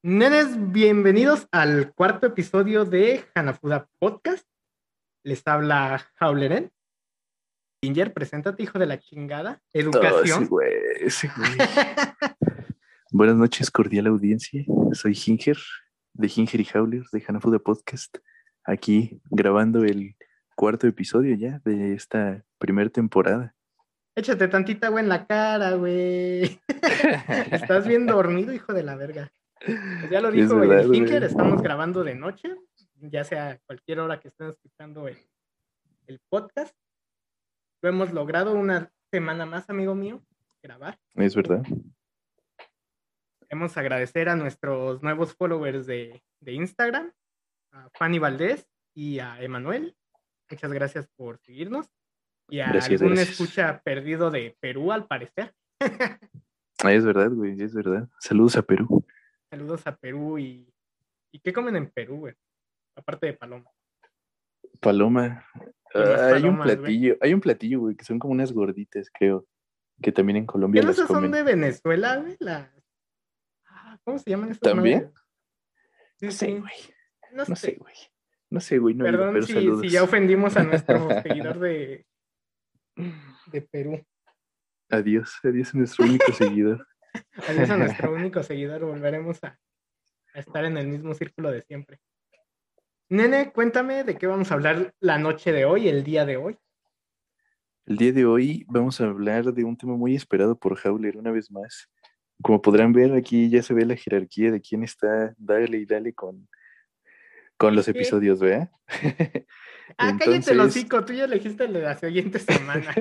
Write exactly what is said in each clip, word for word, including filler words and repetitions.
Nenes, bienvenidos al cuarto episodio de Hanafuda Podcast. Les habla Jauleren. Ginger, preséntate, hijo de la chingada. Oh, ese Educación. güey, ese güey. Buenas noches, cordial audiencia. Soy Ginger, de Ginger y Howler, de Hanafuda Podcast. Aquí grabando el cuarto episodio ya de esta primera temporada. Échate tantita agua en la cara, güey. Estás bien dormido, hijo de la verga. Pues ya lo Es dijo verdad, el güey. Ginger, estamos grabando de noche, ya sea cualquier hora que estén escuchando el, el podcast. Lo hemos logrado una semana más, amigo mío, grabar. Es verdad. Queremos agradecer a nuestros nuevos followers de, de Instagram, a Fanny Valdés y a Emanuel. Muchas gracias por seguirnos. Y a Gracias, algún gracias. escucha perdido de Perú, al parecer. Ah, es verdad, güey, es verdad. Saludos a Perú. Saludos a Perú. ¿Y, ¿y qué comen en Perú, güey? Aparte de paloma. Paloma. Y más Ah, hay un palomas, güey. platillo, hay un platillo, güey, que son como unas gorditas, creo, que también en ¿Qué Colombia no las esas son comen. de Venezuela, güey? Las... Ah, ¿cómo se llaman esas ¿También? madres? Sí, No sé, sí. güey. No No sé, sé. güey. No sé, güey, no he ido, Perdón pero si, si ya saludos. ofendimos a nuestro seguidor de, de Perú. Adiós, adiós, nuestro único seguidor. Adiós a nuestro único seguidor. Volveremos a, a estar en el mismo círculo de siempre. Nene, cuéntame de qué vamos a hablar la noche de hoy, el día de hoy. El día de hoy vamos a hablar de un tema muy esperado por Howler una vez más. Como podrán ver, aquí ya se ve la jerarquía de quién está, dale y dale con, con los ¿Qué? episodios, ¿verdad? Ah, cállate el Entonces, hocico, tú ya elegiste el de la siguiente semana.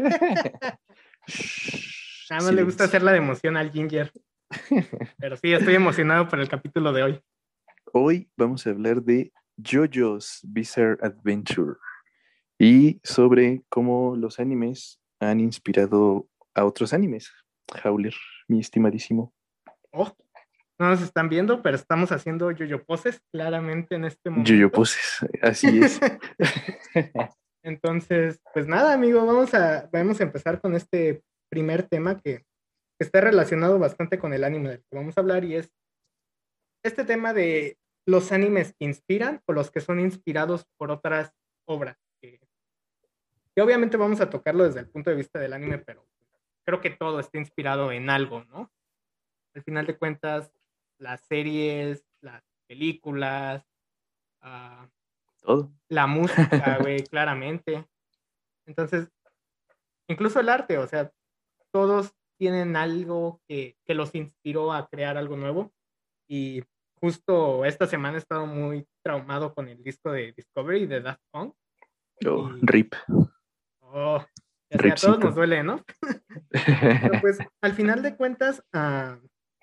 shh, Nada más le gusta silencio. hacer la de emoción al Ginger. Pero sí, estoy emocionado por el capítulo de hoy. Hoy vamos a hablar de JoJo's Bizarre Adventure y sobre cómo los animes han inspirado a otros animes. Howler, mi estimadísimo. Oh, no nos están viendo, pero estamos haciendo yo-yo poses claramente en este Yo-yo momento. poses, así es. Entonces, pues nada, amigo, vamos a, vamos a empezar con este primer tema que está relacionado bastante con el anime del que vamos a hablar, y es este tema de los animes que inspiran o los que son inspirados por otras obras. Que, que obviamente vamos a tocarlo desde el punto de vista del anime, pero creo que todo está inspirado en algo, ¿no? Al final de cuentas, las series, las películas, uh, Todo. la música, güey, claramente. Entonces, incluso el arte, o sea, todos tienen algo que, que los inspiró a crear algo nuevo. Y justo esta semana he estado muy traumado con el disco de Discovery de Daft Punk. Oh, Y, rip. oh, ya sé, a todos Ripcito. nos duele, ¿no? Pero pues, al final de cuentas, uh,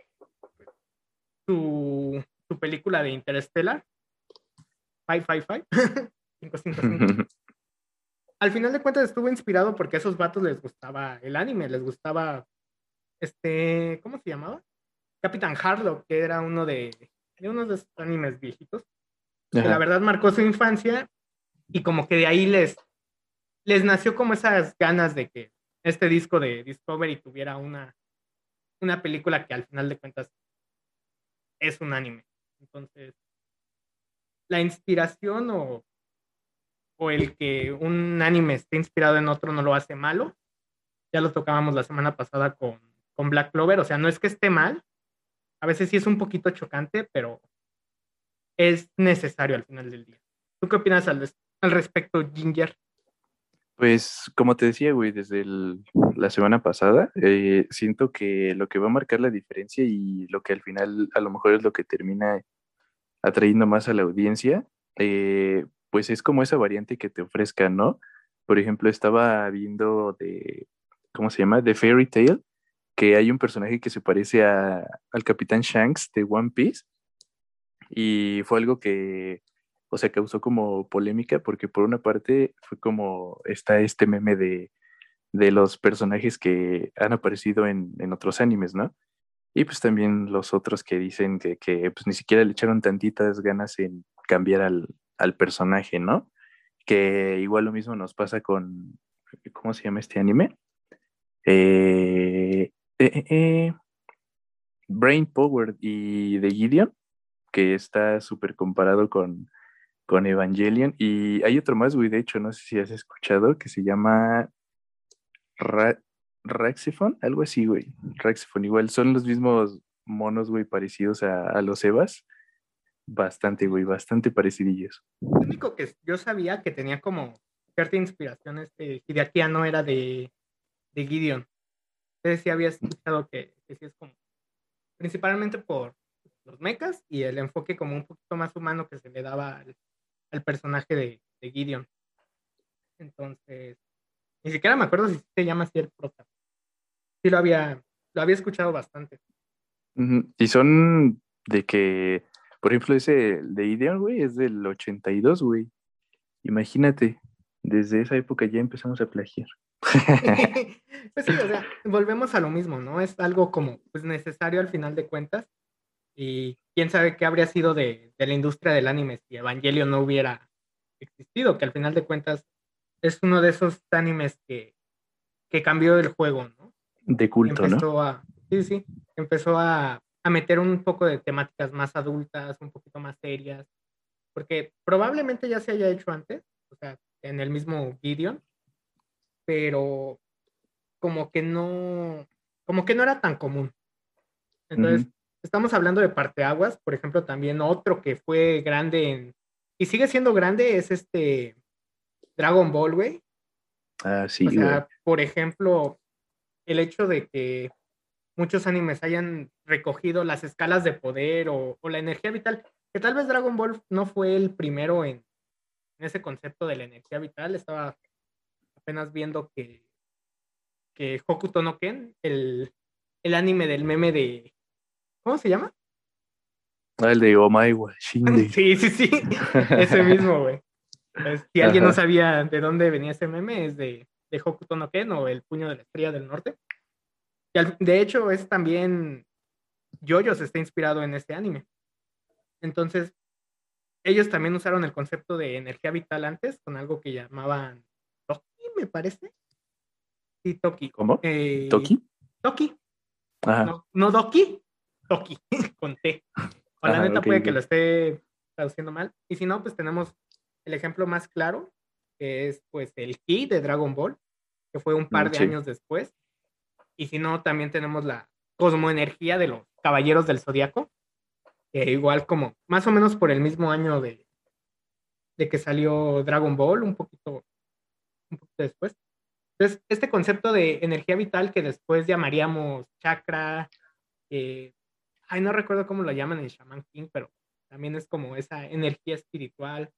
su, su película de Interstellar, quinientos cincuenta y cinco, quinientos cincuenta y cinco, al final de cuentas estuvo inspirado porque a esos vatos les gustaba el anime, les gustaba, este, ¿cómo se llamaba? Capitán Harlock, que era uno de, de unos de esos animes viejitos, que la Ajá. verdad marcó su infancia, y como que de ahí les, les nació como esas ganas de que este disco de Discovery tuviera una, una película que al final de cuentas es un anime. Entonces, la inspiración o, o el que un anime esté inspirado en otro no lo hace malo. Ya lo tocábamos la semana pasada con, con Black Clover, o sea, no es que esté mal, a veces sí es un poquito chocante, pero es necesario al final del día. ¿Tú qué opinas al, al respecto, Ginger? Pues como te decía, güey, desde el- la semana pasada, eh, siento que lo que va a marcar la diferencia y lo que al final a lo mejor es lo que termina atrayendo más a la audiencia, eh, pues es como esa variante que te ofrezcan, ¿no? Por ejemplo, estaba viendo de, ¿cómo se llama? De Fairy Tail, que hay un personaje que se parece a, al Capitán Shanks de One Piece, y fue algo que, o sea, causó como polémica porque por una parte fue como está este meme de, de los personajes que han aparecido en, en otros animes, ¿no? Y pues también los otros que dicen que, que pues ni siquiera le echaron tantitas ganas en cambiar al, al personaje, ¿no? Que igual lo mismo nos pasa con, ¿cómo se llama este anime? Eh, eh, eh, eh, Brain Power y de Gideon. que está súper comparado con, con Evangelion. Y hay otro más, güey, de hecho, no sé si has escuchado, que se llama Ra Raxifon, algo así, güey. Raxifon, igual son los mismos monos, güey, parecidos a, a los Evas. Bastante, güey, bastante parecidillos. Lo único que yo sabía que tenía como cierta inspiración este Hideaki Anno era de, de Gideon. Entonces sí había escuchado que, que sí es como, principalmente por los mechas y el enfoque como un poquito más humano que se le daba al, al personaje de, de Gideon. Entonces, ni siquiera me acuerdo si se llama así el prota. Sí lo había, lo había escuchado bastante. Ujú. Y son de que, por ejemplo, ese de Ideon, güey, es del ochenta y dos, güey. Imagínate, desde esa época ya empezamos a plagiar. Pues sí, o sea, volvemos a lo mismo, ¿no? Es algo como pues necesario al final de cuentas. Y quién sabe qué habría sido de, de la industria del anime si Evangelion no hubiera existido, que al final de cuentas es uno de esos animes que, que cambió el juego, ¿no? De Y culto, ¿no? empezó a, sí, sí, empezó a, a meter un poco de temáticas más adultas, un poquito más serias, porque probablemente ya se haya hecho antes, o sea, en el mismo Gideon, pero como que no, como que no era tan común. Entonces, Ujú. estamos hablando de parteaguas, por ejemplo, también otro que fue grande en, y sigue siendo grande es este Dragon Ball, güey. Ah, O sí, güey. sea, por ejemplo, el hecho de que muchos animes hayan recogido las escalas de poder o, o la energía vital, que tal vez Dragon Ball no fue el primero en, en ese concepto de la energía vital, estaba apenas viendo que, que Hokuto no Ken, el, el anime del meme de, ¿cómo se llama? Ah, el de Omaiwa, Shinde. Sí, sí, sí, ese mismo, güey. Pues, si alguien no Ajá. sabía de dónde venía ese meme, es de, de Hokuto no Ken o el puño de la estrella del norte. Y al- de hecho, es también JoJo's está inspirado en este anime. Entonces, ellos también usaron el concepto de energía vital antes con algo que llamaban Toki, me parece. Sí, Toki. ¿Cómo? Eh, ¿Toki? Toki, Ajá. no, no Doki, Toki, con T. O la Ajá, neta ok, puede que lo ok. esté traduciendo mal. Y si no, pues tenemos el ejemplo más claro, que es pues el Ki de Dragon Ball, que fue un Mm, par de sí. años después. Y si no, también tenemos la cosmoenergía de los Caballeros del Zodiaco, que igual como más o menos por el mismo año de, de que salió Dragon Ball, un poquito, un poquito después. Entonces, este concepto de energía vital que después llamaríamos chakra, eh, ay, no recuerdo cómo lo llaman en Shaman King, pero también es como esa energía espiritual.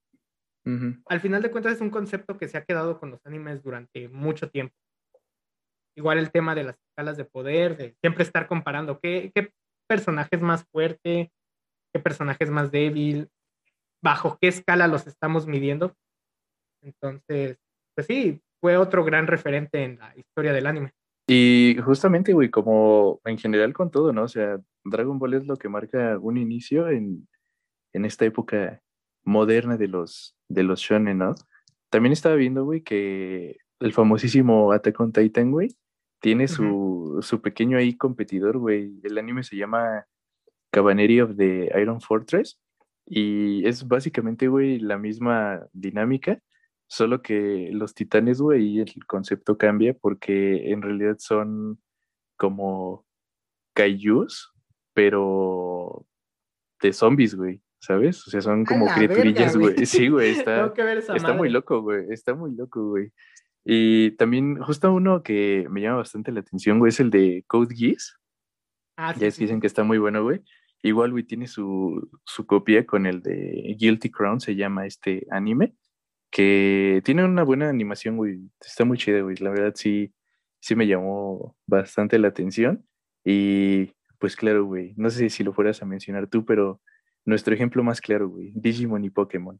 Ujú. Al final de cuentas es un concepto que se ha quedado con los animes durante mucho tiempo. Igual el tema de las escalas de poder, de siempre estar comparando qué, qué personaje es más fuerte, qué personaje es más débil, bajo qué escala los estamos midiendo. Entonces, pues sí, fue otro gran referente en la historia del anime. Y justamente, güey, como en general con todo, ¿no? O sea, Dragon Ball es lo que marca un inicio en, en esta época moderna de los, de los shonen, ¿no? También estaba viendo, güey, que el famosísimo Attack on Titan, güey, tiene Ujú. su, su pequeño ahí competidor, güey. El anime se llama Cavalry of the Iron Fortress y es básicamente, güey, la misma dinámica, solo que los titanes, güey, y el concepto cambia porque en realidad son como kaijus, pero de zombies, güey, ¿sabes? O sea, son A como la verga, criaturillas, güey. güey. Sí, güey, está, Tengo que ver esa está muy madre. loco, güey, está muy loco, güey. Y también, justo uno que me llama bastante la atención, güey, es el de Code Geass. Ah, Ya sí, es que sí, dicen sí. que está muy bueno, güey. Igual, güey, tiene su, su copia con el de Guilty Crown, se llama este anime, que tiene una buena animación, güey. Está muy chida, güey. La verdad, sí, sí me llamó bastante la atención. Y pues claro, güey, no sé si lo fueras a mencionar tú, pero nuestro ejemplo más claro, güey, Digimon y Pokémon.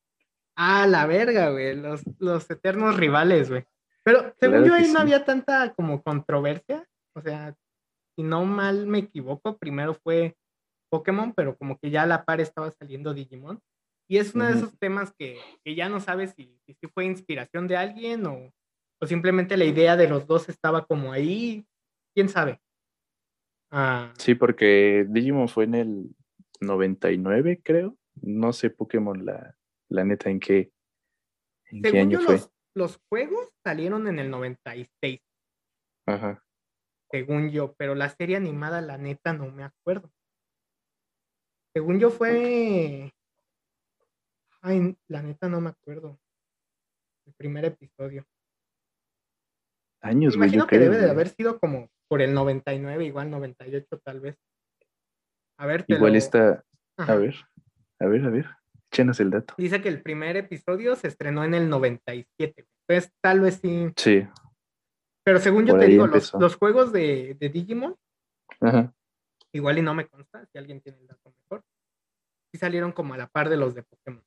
Ah, la verga, güey. Los, los eternos rivales, güey. Pero según Claro yo que ahí no sí. había tanta como controversia. O sea, si no mal me equivoco, primero fue Pokémon, pero como que ya a la par estaba saliendo Digimon. Y es uno de Ujú. esos temas que, que ya no sabes si, si, sí fue inspiración de alguien o, o simplemente la idea de los dos estaba como ahí. ¿Quién sabe? Ah, Sí, porque Digimon fue en el noventa y nueve, creo. No sé Pokémon, la, la neta, en qué, en qué Según año yo, fue. los, los juegos salieron en el noventa y seis, Ajá. según yo, pero la serie animada, la neta, no me acuerdo. Según yo fue... Ay, la neta no me acuerdo. El primer episodio. Me Años, güey, yo imagino que creo, debe de güey. haber sido como por el noventa y nueve, igual noventa y ocho tal vez. A ver, te Igual lo... está, a Ajá. ver, a ver, a ver, échenos el dato. Dice que el primer episodio se estrenó en el noventa y siete. Entonces, tal vez sí. Sí, Pero según yo por te ahí digo, los, empezó. los juegos de, de Digimon, Ajá. igual y no me consta, si alguien tiene el dato mejor, sí salieron como a la par de los de Pokémon.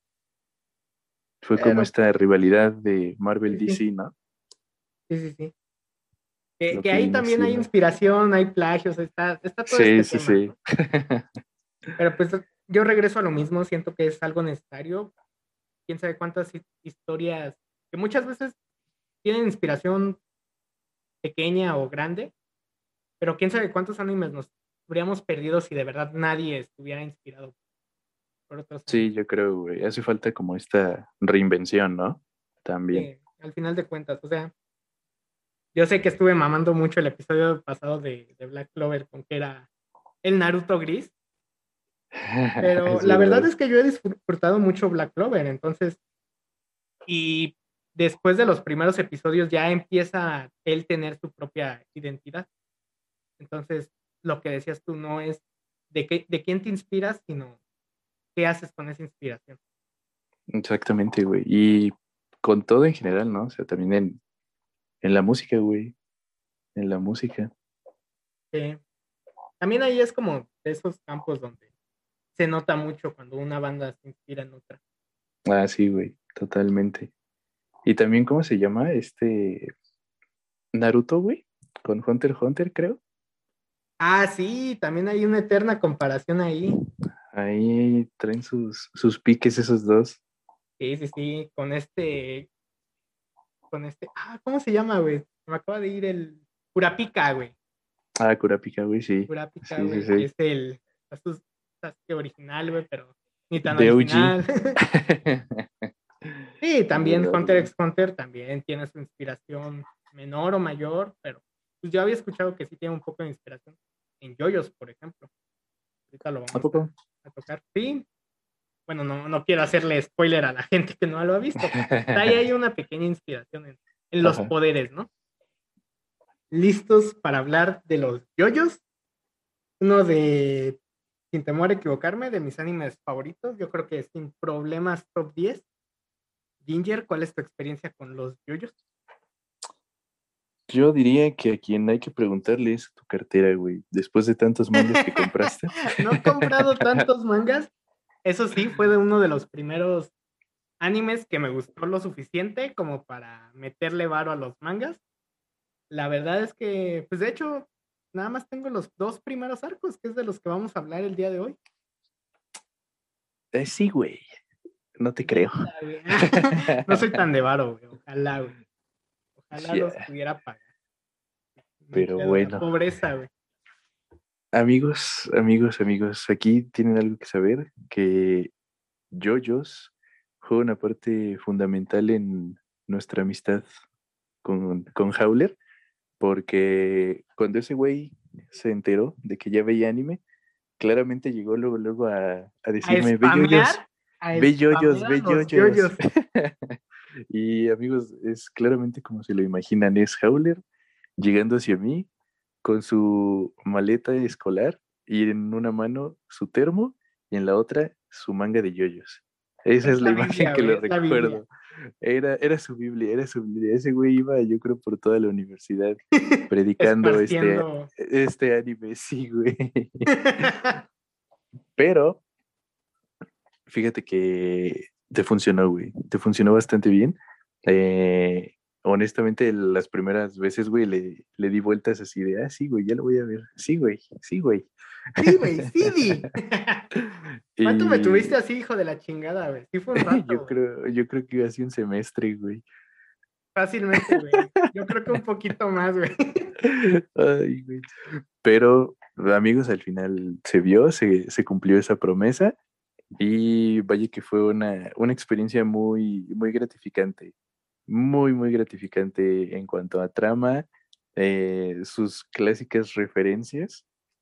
Fue como Pero, esta rivalidad de Marvel sí, sí, D C, ¿no? sí, sí, sí. Que, Lo que que ahí viene también hay siendo. inspiración, hay plagios, está, está todo Sí, este sí, tema, sí. ¿no? Pero pues yo regreso a lo mismo, siento que es algo necesario. Quién sabe cuántas historias que muchas veces tienen inspiración pequeña o grande, pero quién sabe cuántos animes nos habríamos perdido si de verdad nadie estuviera inspirado por otros Sí, animes. yo creo, güey. Hace falta como esta reinvención, ¿no? También. Sí, al final de cuentas, o sea, yo sé que estuve mamando mucho el episodio pasado de, de Black Clover con que era el Naruto gris, pero Es la verdad verdad. es que yo he disfrutado mucho Black Clover, entonces, y después de los primeros episodios ya empieza él tener su propia identidad. Entonces, lo que decías tú no es de, qué, de quién te inspiras, sino qué haces con esa inspiración. Exactamente, güey. Y con todo en general, ¿no? O sea, también en, en la música, güey. En la música. Eh, también ahí es como de esos campos donde se nota mucho cuando una banda se inspira en otra. Ah, sí, güey. Totalmente. Y también, ¿cómo se llama? Este Naruto, güey. Con Hunter x Hunter, creo. Ah, sí, también hay una eterna comparación ahí. Ahí traen sus, sus piques esos dos. Sí, sí, sí, con este, con este, ah, ¿cómo se llama, güey? Me acaba de ir el Kurapika, güey. Ah, Kurapika, güey, sí. Kurapika, Sí, sí, güey, que sí. es el Sasuke Sasuke original, güey, pero ni tan De O G. original. Sí, Es también verdad, Hunter güey. x Hunter también tiene su inspiración menor o mayor, pero pues yo había escuchado que sí tiene un poco de inspiración en JoJo's, por ejemplo. Ahorita lo ¿A vamos poco? a, a tocar. Sí, bueno, no, no quiero hacerle spoiler a la gente que no lo ha visto, pero pues, ahí hay una pequeña inspiración en, en los Ajá. poderes, ¿no? ¿Listos para hablar de los JoJo's? Uno de, sin temor a equivocarme, de mis animes favoritos. Yo creo que sin problemas top diez. Ginger, ¿cuál es tu experiencia con los JoJo's? Yo diría que a quien hay que preguntarle es a tu cartera, güey. Después de tantos mangas que compraste. No he comprado tantos mangas. Eso sí, fue de uno de los primeros animes que me gustó lo suficiente como para meterle varo a los mangas. La verdad es que, pues de hecho, nada más tengo los dos primeros arcos, que es de los que vamos a hablar el día de hoy. Eh, sí, güey. No te creo. Neta, güey. No soy tan de varo, güey. Ojalá, güey. Ojalá los Ya, pudiera pagar. No hay pero pedo, la bueno. pobreza, güey. Amigos, amigos, amigos, aquí tienen algo que saber, que JoJo's juega una parte fundamental en nuestra amistad con, con Howler, porque cuando ese güey se enteró de que ya veía anime, claramente llegó luego, luego a, a A decirme, ve spamear, JoJo's, a ve JoJo's, spamear a ve los JoJo's. yoyos. Y amigos, es claramente como se lo imaginan, es Howler llegando hacia mí con su maleta escolar y en una mano su termo y en la otra su manga de yoyos. Esa Es es la la imagen Biblia, que güey, le es la Biblia. recuerdo. Era, era su Biblia, era su Biblia. Ese güey iba, yo creo, por toda la universidad predicando este, Esparciendo. este anime, sí, güey. Pero fíjate que te funcionó, güey. Te funcionó bastante bien. Eh, honestamente, las primeras veces, güey, le, le di vueltas así de, ah, sí, güey, ya lo voy a ver. Sí, güey, sí, güey. Sí, güey, sí, di. ¿Cuánto me tuviste Y así, hijo de la chingada, güey? Sí fue un rato, yo güey. creo, yo creo que iba así un semestre, güey. Fácilmente, güey. Yo creo que un poquito más, güey. Ay, güey. Pero amigos, al final se vio, se, se cumplió esa promesa y vaya que fue una, una experiencia muy, muy gratificante, muy, muy gratificante en cuanto a trama, eh, sus clásicas referencias,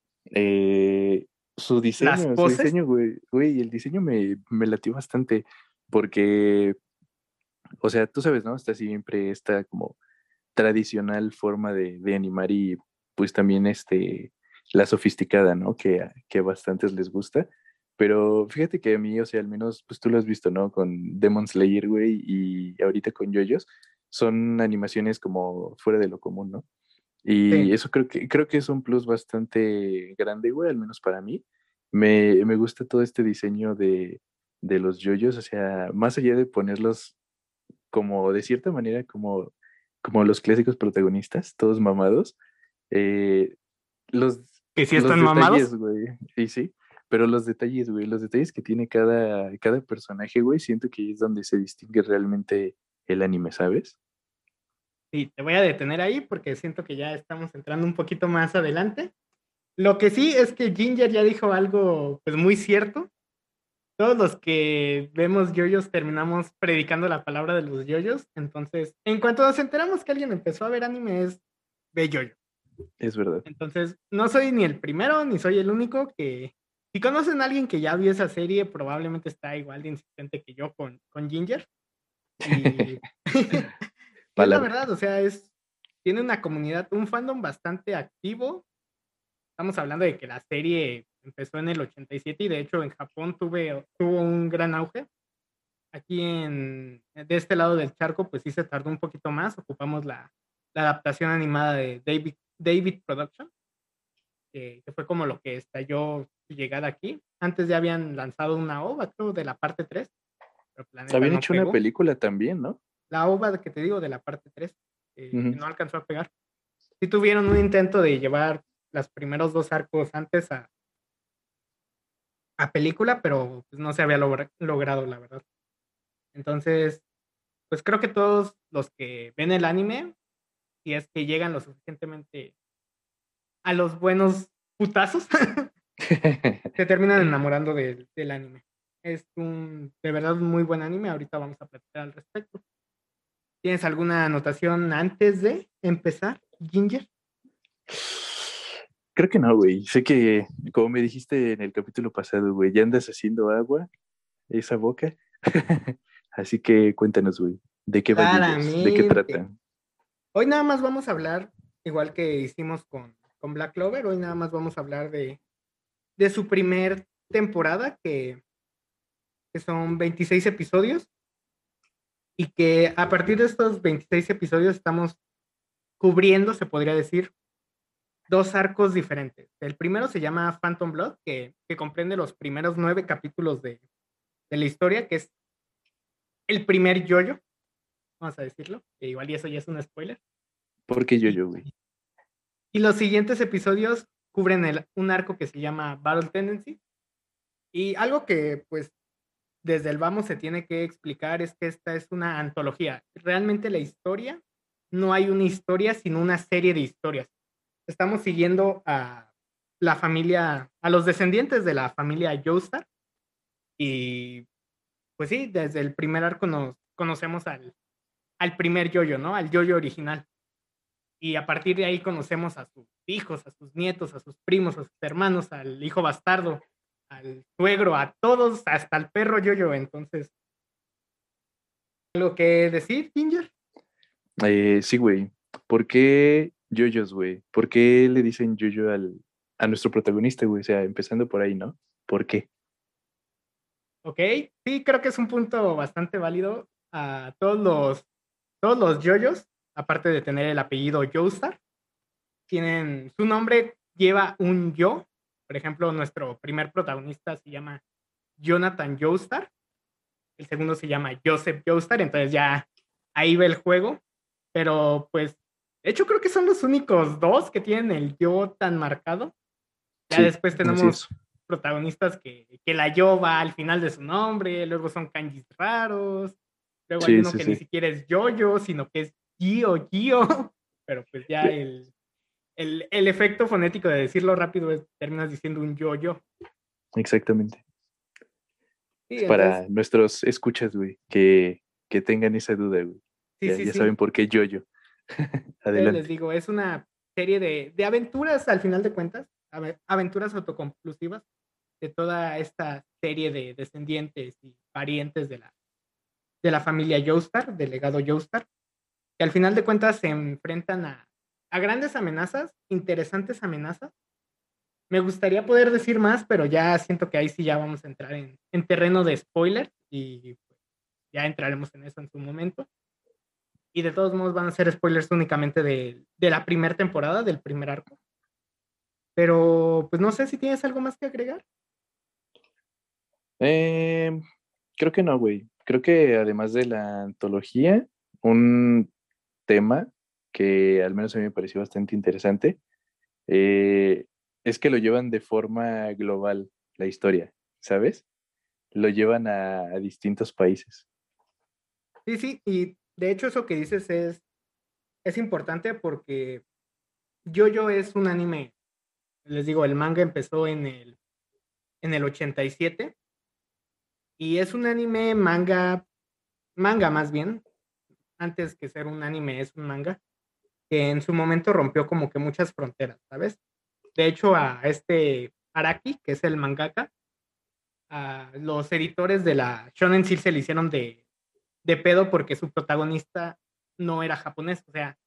eh, su Las diseño, su poses, diseño, güey, güey, el diseño me, me latió bastante porque, o sea, tú sabes, ¿no? Está siempre esta como tradicional forma de, de animar y pues también este, la sofisticada, ¿no? Que, a- que a bastantes les gusta. Pero fíjate que a mí, o sea, al menos, pues tú lo has visto, ¿no? Con Demon Slayer, güey, y ahorita con JoJo's, son animaciones como fuera de lo común, ¿no? Y sí. eso creo que, creo que es un plus bastante grande, güey, al menos para mí. Me, me gusta todo este diseño de, de los JoJo's, o sea, más allá de ponerlos como de cierta manera como, como los clásicos protagonistas, todos mamados, eh, los, Que sí los están mamados. detalles, güey, sí, sí, pero los detalles, güey, los detalles que tiene cada, cada personaje, güey, siento que es donde se distingue realmente el anime, ¿sabes? Sí, te voy a detener ahí porque siento que ya estamos entrando un poquito más adelante. Lo que sí es que Ginger ya dijo algo pues muy cierto. Todos los que vemos yoyos terminamos predicando la palabra de los yoyos. Entonces, en cuanto nos enteramos que alguien empezó a ver anime, es ve yoyo. Es verdad. Entonces, no soy ni el primero ni soy el único que. Si conocen a alguien que ya vio esa serie, probablemente está igual de insistente que yo con, con Ginger. Y, y es la Palabra. verdad, o sea, es, tiene una comunidad, un fandom bastante activo. Estamos hablando de que la serie empezó en el ochenta y siete y de hecho en Japón tuve, tuvo un gran auge. Aquí en, de este lado del charco, pues sí se tardó un poquito más. Ocupamos la, la adaptación animada de David, David Production, que, que, fue como lo que estalló su llegada aquí. Antes ya habían lanzado una ova, creo, de la parte tres, pero Planeta Habían no hecho una pegó. película también, ¿no? La ova que te digo de la parte tres, eh, que Ujú. no alcanzó a pegar. Sí tuvieron un intento de llevar los primeros dos arcos antes a, a película, pero pues, no se había logra- logrado, la verdad. Entonces, pues creo que todos los que ven el anime, si es que llegan lo suficientemente a los buenos putazos, se terminan enamorando del, del anime. Es un, de verdad, un muy buen anime. Ahorita vamos a platicar al respecto. ¿Tienes alguna anotación antes de empezar, Ginger? Creo que no, güey. Sé que, como me dijiste en el capítulo pasado, güey, ya andas haciendo agua esa boca. Así que cuéntanos, güey, ¿de qué va Yoyos? ¿De qué Claramente. tratan? Hoy nada más vamos a hablar, igual que hicimos con, con Black Clover, hoy nada más vamos a hablar de, de su primer temporada, que, que son veintiséis episodios, y que a partir de estos veintiséis episodios estamos cubriendo, se podría decir, dos arcos diferentes. El primero se llama Phantom Blood, que, que comprende los primeros nueve capítulos de, de la historia, que es el primer yoyo, vamos a decirlo, que igual y eso ya es un spoiler. ¿Por qué Y, Yoyo, güey? y los siguientes episodios cubren el, un arco que se llama Battle Tendency. Y algo que, pues, desde el vamos se tiene que explicar es que esta es una antología. Realmente la historia, no hay una historia, sino una serie de historias. Estamos siguiendo a la familia, a los descendientes de la familia Joestar. Y pues sí, desde el primer arco nos conocemos al, al primer yoyo, ¿no? Al yoyo original. Y a partir de ahí conocemos a sus hijos, a sus nietos, a sus primos, a sus hermanos, al hijo bastardo, al suegro, a todos, hasta al perro yoyo. Entonces, ¿algo que decir, Ginger? Eh, sí, güey. ¿Por qué Yoyos, güey? ¿Por qué le dicen Yoyo al, a nuestro protagonista, güey? O sea, empezando por ahí, ¿no? ¿Por qué? Ok, sí, creo que es un punto bastante válido. A todos los, todos los yoyos, aparte de tener el apellido Joestar, tienen su nombre, lleva un yo. Por ejemplo, nuestro primer protagonista se llama Jonathan Joestar, el segundo se llama Joseph Joestar, entonces ya ahí ve el juego. Pero pues, de hecho, creo que son los únicos dos que tienen el yo tan marcado. Ya Sí, después así tenemos es. protagonistas que, que la yo va al final de su nombre, luego son kanjis raros, luego hay Sí, uno sí, que ni sí. siquiera es Yoyo, sino que es Gio Gio, pero pues ya Fí- el, el, el efecto fonético de decirlo rápido es, terminas diciendo un yo-yo. Exactamente. Sí, Es entonces, para nuestros escuchas, güey, que, que tengan esa duda, güey. sí, Ya, sí, ya saben sí. por qué yo-yo. Entonces les Adelante. digo, es una serie de, de aventuras al final de cuentas, ave- aventuras autoconclusivas de toda esta serie de descendientes y parientes de la, de la familia Joestar, del legado Joestar, que al final de cuentas se enfrentan a, a grandes amenazas, interesantes amenazas. Me gustaría poder decir más, pero ya siento que ahí sí ya vamos a entrar en, en terreno de spoiler y pues, ya entraremos en eso en su momento. Y de todos modos van a ser spoilers únicamente de, de la primera temporada, del primer arco. Pero pues no sé si tienes algo más que agregar. Eh, Creo que no, güey. Creo que además de la antología, un tema que al menos a mí me pareció bastante interesante, eh, es que lo llevan de forma global la historia, ¿sabes? Lo llevan a, a distintos países. Sí, sí, y de hecho eso que dices es, es importante porque JoJo es un anime, les digo, el manga empezó en el, en el ochenta y siete y es un anime manga, manga más bien, antes que ser un anime es un manga, que en su momento rompió como que muchas fronteras, ¿sabes? De hecho a este Araki, que es el mangaka, a los editores de la Shonen Seal se le hicieron de, de pedo porque su protagonista no era japonés, o sea,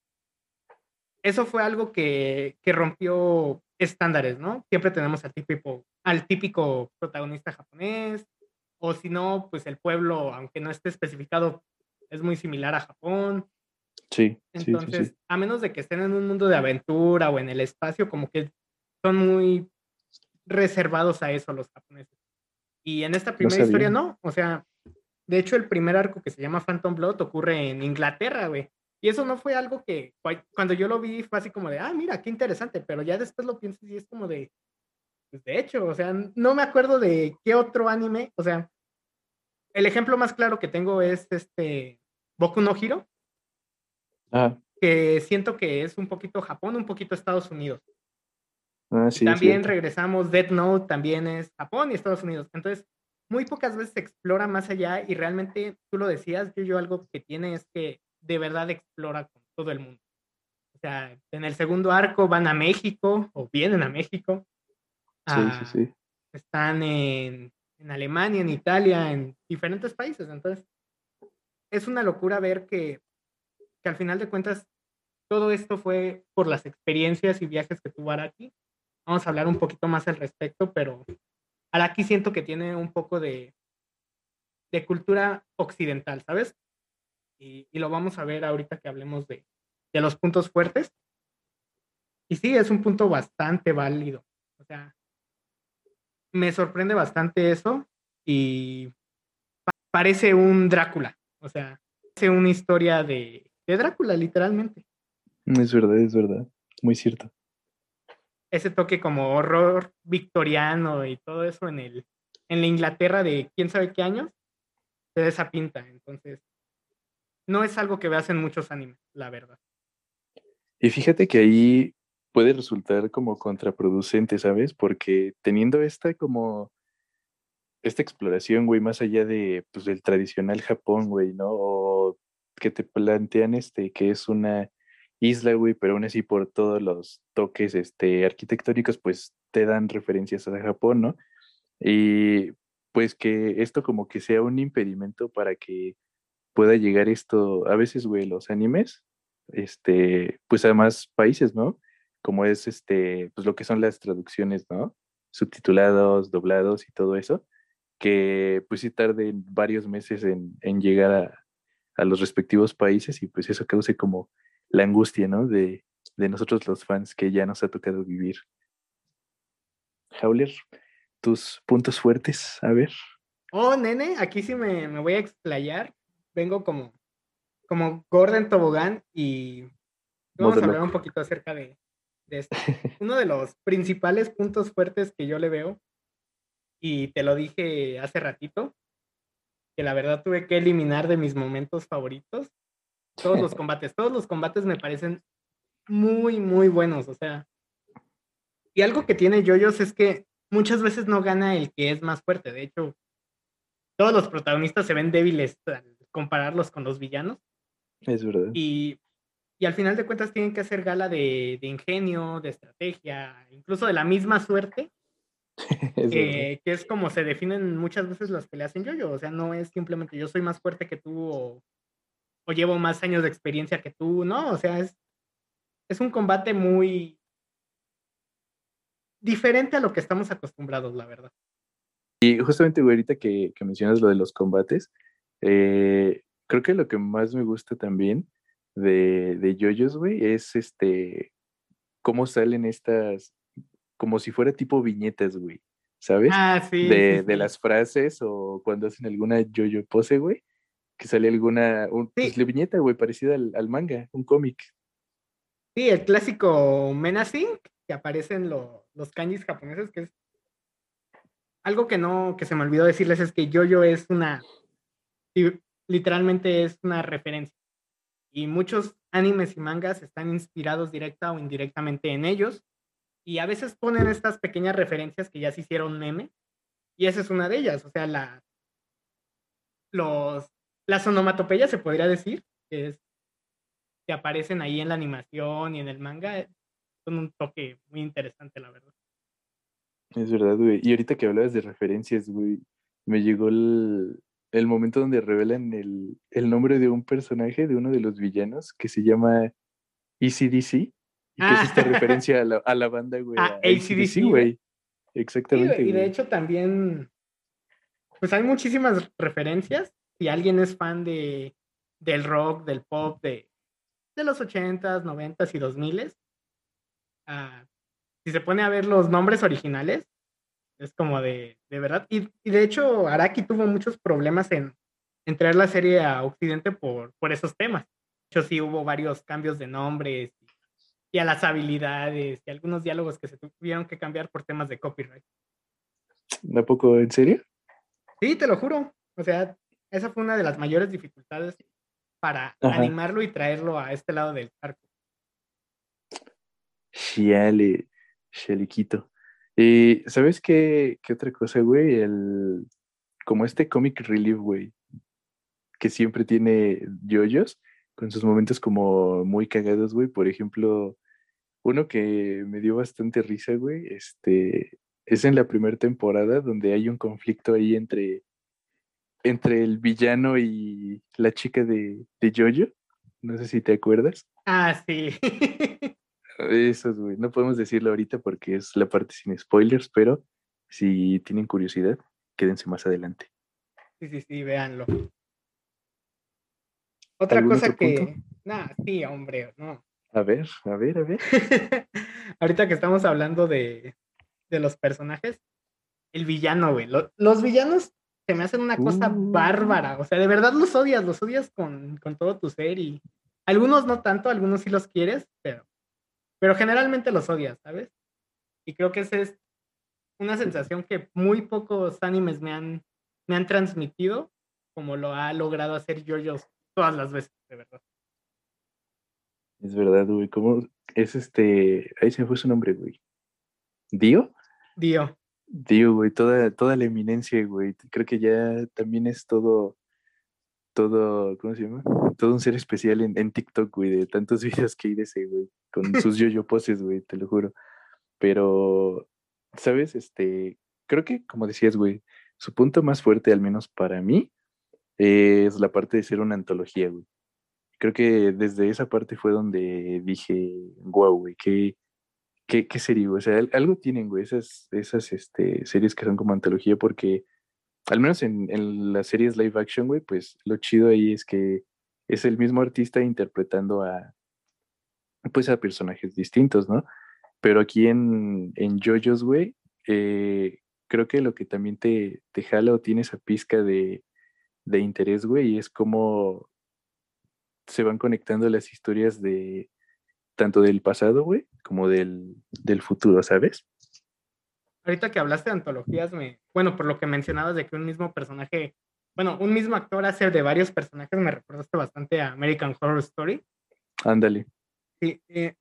eso fue algo que, que rompió estándares, ¿no? Siempre tenemos al típico, al típico protagonista japonés, o si no, pues el pueblo, aunque no esté especificado, es muy similar a Japón. Sí, sí, sí, Entonces, sí. a menos de que estén en un mundo de aventura o en el espacio, como que son muy reservados a eso los japoneses. Y en esta No primera historia sabía. no, o sea, de hecho el primer arco que se llama Phantom Blood ocurre en Inglaterra, güey. Y eso no fue algo que cuando yo lo vi fue así como de, ah, mira, qué interesante, pero ya después lo piensas y es como de, pues de hecho, o sea, no me acuerdo de qué otro anime, o sea, el ejemplo más claro que tengo es este Boku no Hero, Ah, que siento que es un poquito Japón, un poquito Estados Unidos. ah, Y sí, es también cierto. regresamos, Death Note también es Japón y Estados Unidos. Entonces, muy pocas veces se explora más allá y realmente, tú lo decías, yo, yo algo que tiene es que de verdad explora con todo el mundo. O sea, en el segundo arco van a México o vienen a México, Sí, sí, a, sí. están en, en Alemania, en Italia, en diferentes países. Entonces, es una locura ver que, que al final de cuentas todo esto fue por las experiencias y viajes que tuvo Araki. Vamos a hablar un poquito más al respecto, pero Araki siento que tiene un poco de, de cultura occidental, ¿sabes? Y, y, lo vamos a ver ahorita que hablemos de, de los puntos fuertes. Y sí, es un punto bastante válido. O sea, me sorprende bastante eso y parece un Drácula. O sea, parece una historia de, de Drácula, literalmente. Es verdad, es verdad. Muy cierto. Ese toque como horror victoriano y todo eso en, el, en la Inglaterra de quién sabe qué años, se da esa pinta. Entonces, no es algo que veas en muchos animes, la verdad. Y fíjate que ahí puede resultar como contraproducente, ¿sabes? Porque teniendo esta como, esta exploración, güey, más allá de, pues, del tradicional Japón, güey, ¿no? O que te plantean este, que es una isla, güey, pero aún así por todos los toques, este, arquitectónicos, pues te dan referencias a Japón, ¿no? Y pues que esto como que sea un impedimento para que pueda llegar esto, a veces, güey, los animes, este, pues a más países, ¿no? Como es, este, pues lo que son las traducciones, ¿no? Subtitulados, doblados y todo eso, que pues sí tarden varios meses en, en llegar a, a los respectivos países y pues eso cause como la angustia, ¿no? De, de nosotros los fans que ya nos ha tocado vivir. Howler, tus puntos fuertes, a ver. Oh, nene, aquí sí me, me voy a explayar. Vengo como, como Gordon Tobogán y Modo vamos a hablar un loco. poquito acerca de, de esto. Uno de los principales puntos fuertes que yo le veo, y te lo dije hace ratito, que la verdad tuve que eliminar de mis momentos favoritos, todos los combates. Todos los combates me parecen muy, muy buenos, o sea, y algo que tiene JoJo's es que muchas veces no gana el que es más fuerte. De hecho, todos los protagonistas se ven débiles al compararlos con los villanos Es verdad. y, y al final de cuentas tienen que hacer gala de, de ingenio, de estrategia, incluso de la misma suerte, Es verdad. que, que es como se definen muchas veces las peleas en JoJo. O sea, no es simplemente yo soy más fuerte que tú o, o llevo más años de experiencia que tú, no, o sea, es, es un combate muy diferente a lo que estamos acostumbrados, la verdad. Y justamente, güey, ahorita que, que mencionas lo de los combates, eh, creo que lo que más me gusta también de, de JoJo's, güey, es este, cómo salen estas, como si fuera tipo viñetas, güey, ¿sabes? Ah, sí, sí, De, de sí. las frases o cuando hacen alguna JoJo pose, güey, que sale alguna, un- pues Sí, la viñeta, güey, parecida al, al manga, un cómic. sí, el clásico menacing que aparecen lo- los kanjis japoneses, que es algo que no, que se me olvidó decirles, es que JoJo es una, sí, literalmente es una referencia. Y muchos animes y mangas están inspirados directa o indirectamente en ellos. Y a veces ponen estas pequeñas referencias que ya se hicieron meme. Y esa es una de ellas. O sea, la, los, las onomatopeyas se podría decir, que, es, que aparecen ahí en la animación y en el manga, eh, son un toque muy interesante, la verdad. Es verdad, güey. Y ahorita que hablabas de referencias, güey, me llegó el, el momento donde revelan el, el nombre de un personaje, de uno de los villanos, que se llama A C D C, y que es esta Ah, referencia a la, a la banda, güey, a a A C D C, A C D C, ¿ve? güey. Sí, Exactamente, y de güey. hecho también, pues hay muchísimas referencias. Si alguien es fan de, del rock, del pop, de, de los ochentas, noventas y dos miles, ah, si se pone a ver los nombres originales, es como de, de verdad. Y, y de hecho, Araki tuvo muchos problemas en, en traer la serie a Occidente por, por esos temas. De hecho, sí hubo varios cambios de nombres y, y a las habilidades y algunos diálogos que se tuvieron que cambiar por temas de copyright. ¿A poco, en serio? Sí, te lo juro. O sea, esa fue una de las mayores dificultades para Ajá. animarlo y traerlo a este lado del charco. Chale, chalequito. Y, ¿sabes qué, qué otra cosa, güey? El, como este comic relief, güey, que siempre tiene yoyos, con sus momentos como muy cagados, güey. Por ejemplo, uno que me dio bastante risa, güey, este, es en la primera temporada donde hay un conflicto ahí entre, entre el villano y la chica de, de Jojo. No sé si te acuerdas. Ah, sí. Esos, güey. No podemos decirlo ahorita porque es la parte sin spoilers, pero si tienen curiosidad, quédense más adelante. Sí, sí, sí, véanlo. Otra ¿Algún cosa otro punto? que, nah, sí, hombre, no. A ver, a ver, a ver. Ahorita que estamos hablando de, de los personajes, el villano, güey. Lo- los villanos se me hacen una cosa Uh, bárbara. O sea, de verdad los odias, los odias con, con todo tu ser y algunos no tanto, algunos sí los quieres, pero, pero generalmente los odias, ¿sabes? Y creo que esa es una sensación que muy pocos animes me han, me han transmitido, como lo ha logrado hacer JoJo todas las veces, de verdad. es verdad, güey. ¿Cómo es este? Ahí se me fue su nombre, güey. ¿Dio? Dio. Dio, güey. Toda, toda la eminencia, güey. Creo que ya también es todo, todo, ¿cómo se llama? Todo un ser especial en, en TikTok, güey, de tantos videos que hay de ese, güey. Con sus yo-yo poses, güey, te lo juro. Pero, ¿sabes? Este, creo que, como decías, güey, su punto más fuerte, al menos para mí, es la parte de ser una antología, güey. Creo que desde esa parte fue donde dije, wow, güey, qué, qué, qué serie, güey. O sea, al- algo tienen, güey, esas, esas este, series que son como antología, porque al menos en, en las series live action, güey, pues lo chido ahí es que es el mismo artista interpretando a, pues, a personajes distintos, ¿no? Pero aquí en, en JoJo's, güey, eh, creo que lo que también te, te jala o tiene esa pizca de, de interés, güey, es cómo se van conectando las historias de tanto del pasado, güey, como del, del futuro, ¿sabes? Ahorita que hablaste de antologías, me, bueno, por lo que mencionabas de que un mismo personaje, bueno, un mismo actor hace de varios personajes, me recordaste bastante a American Horror Story. Ándale. Sí, eh,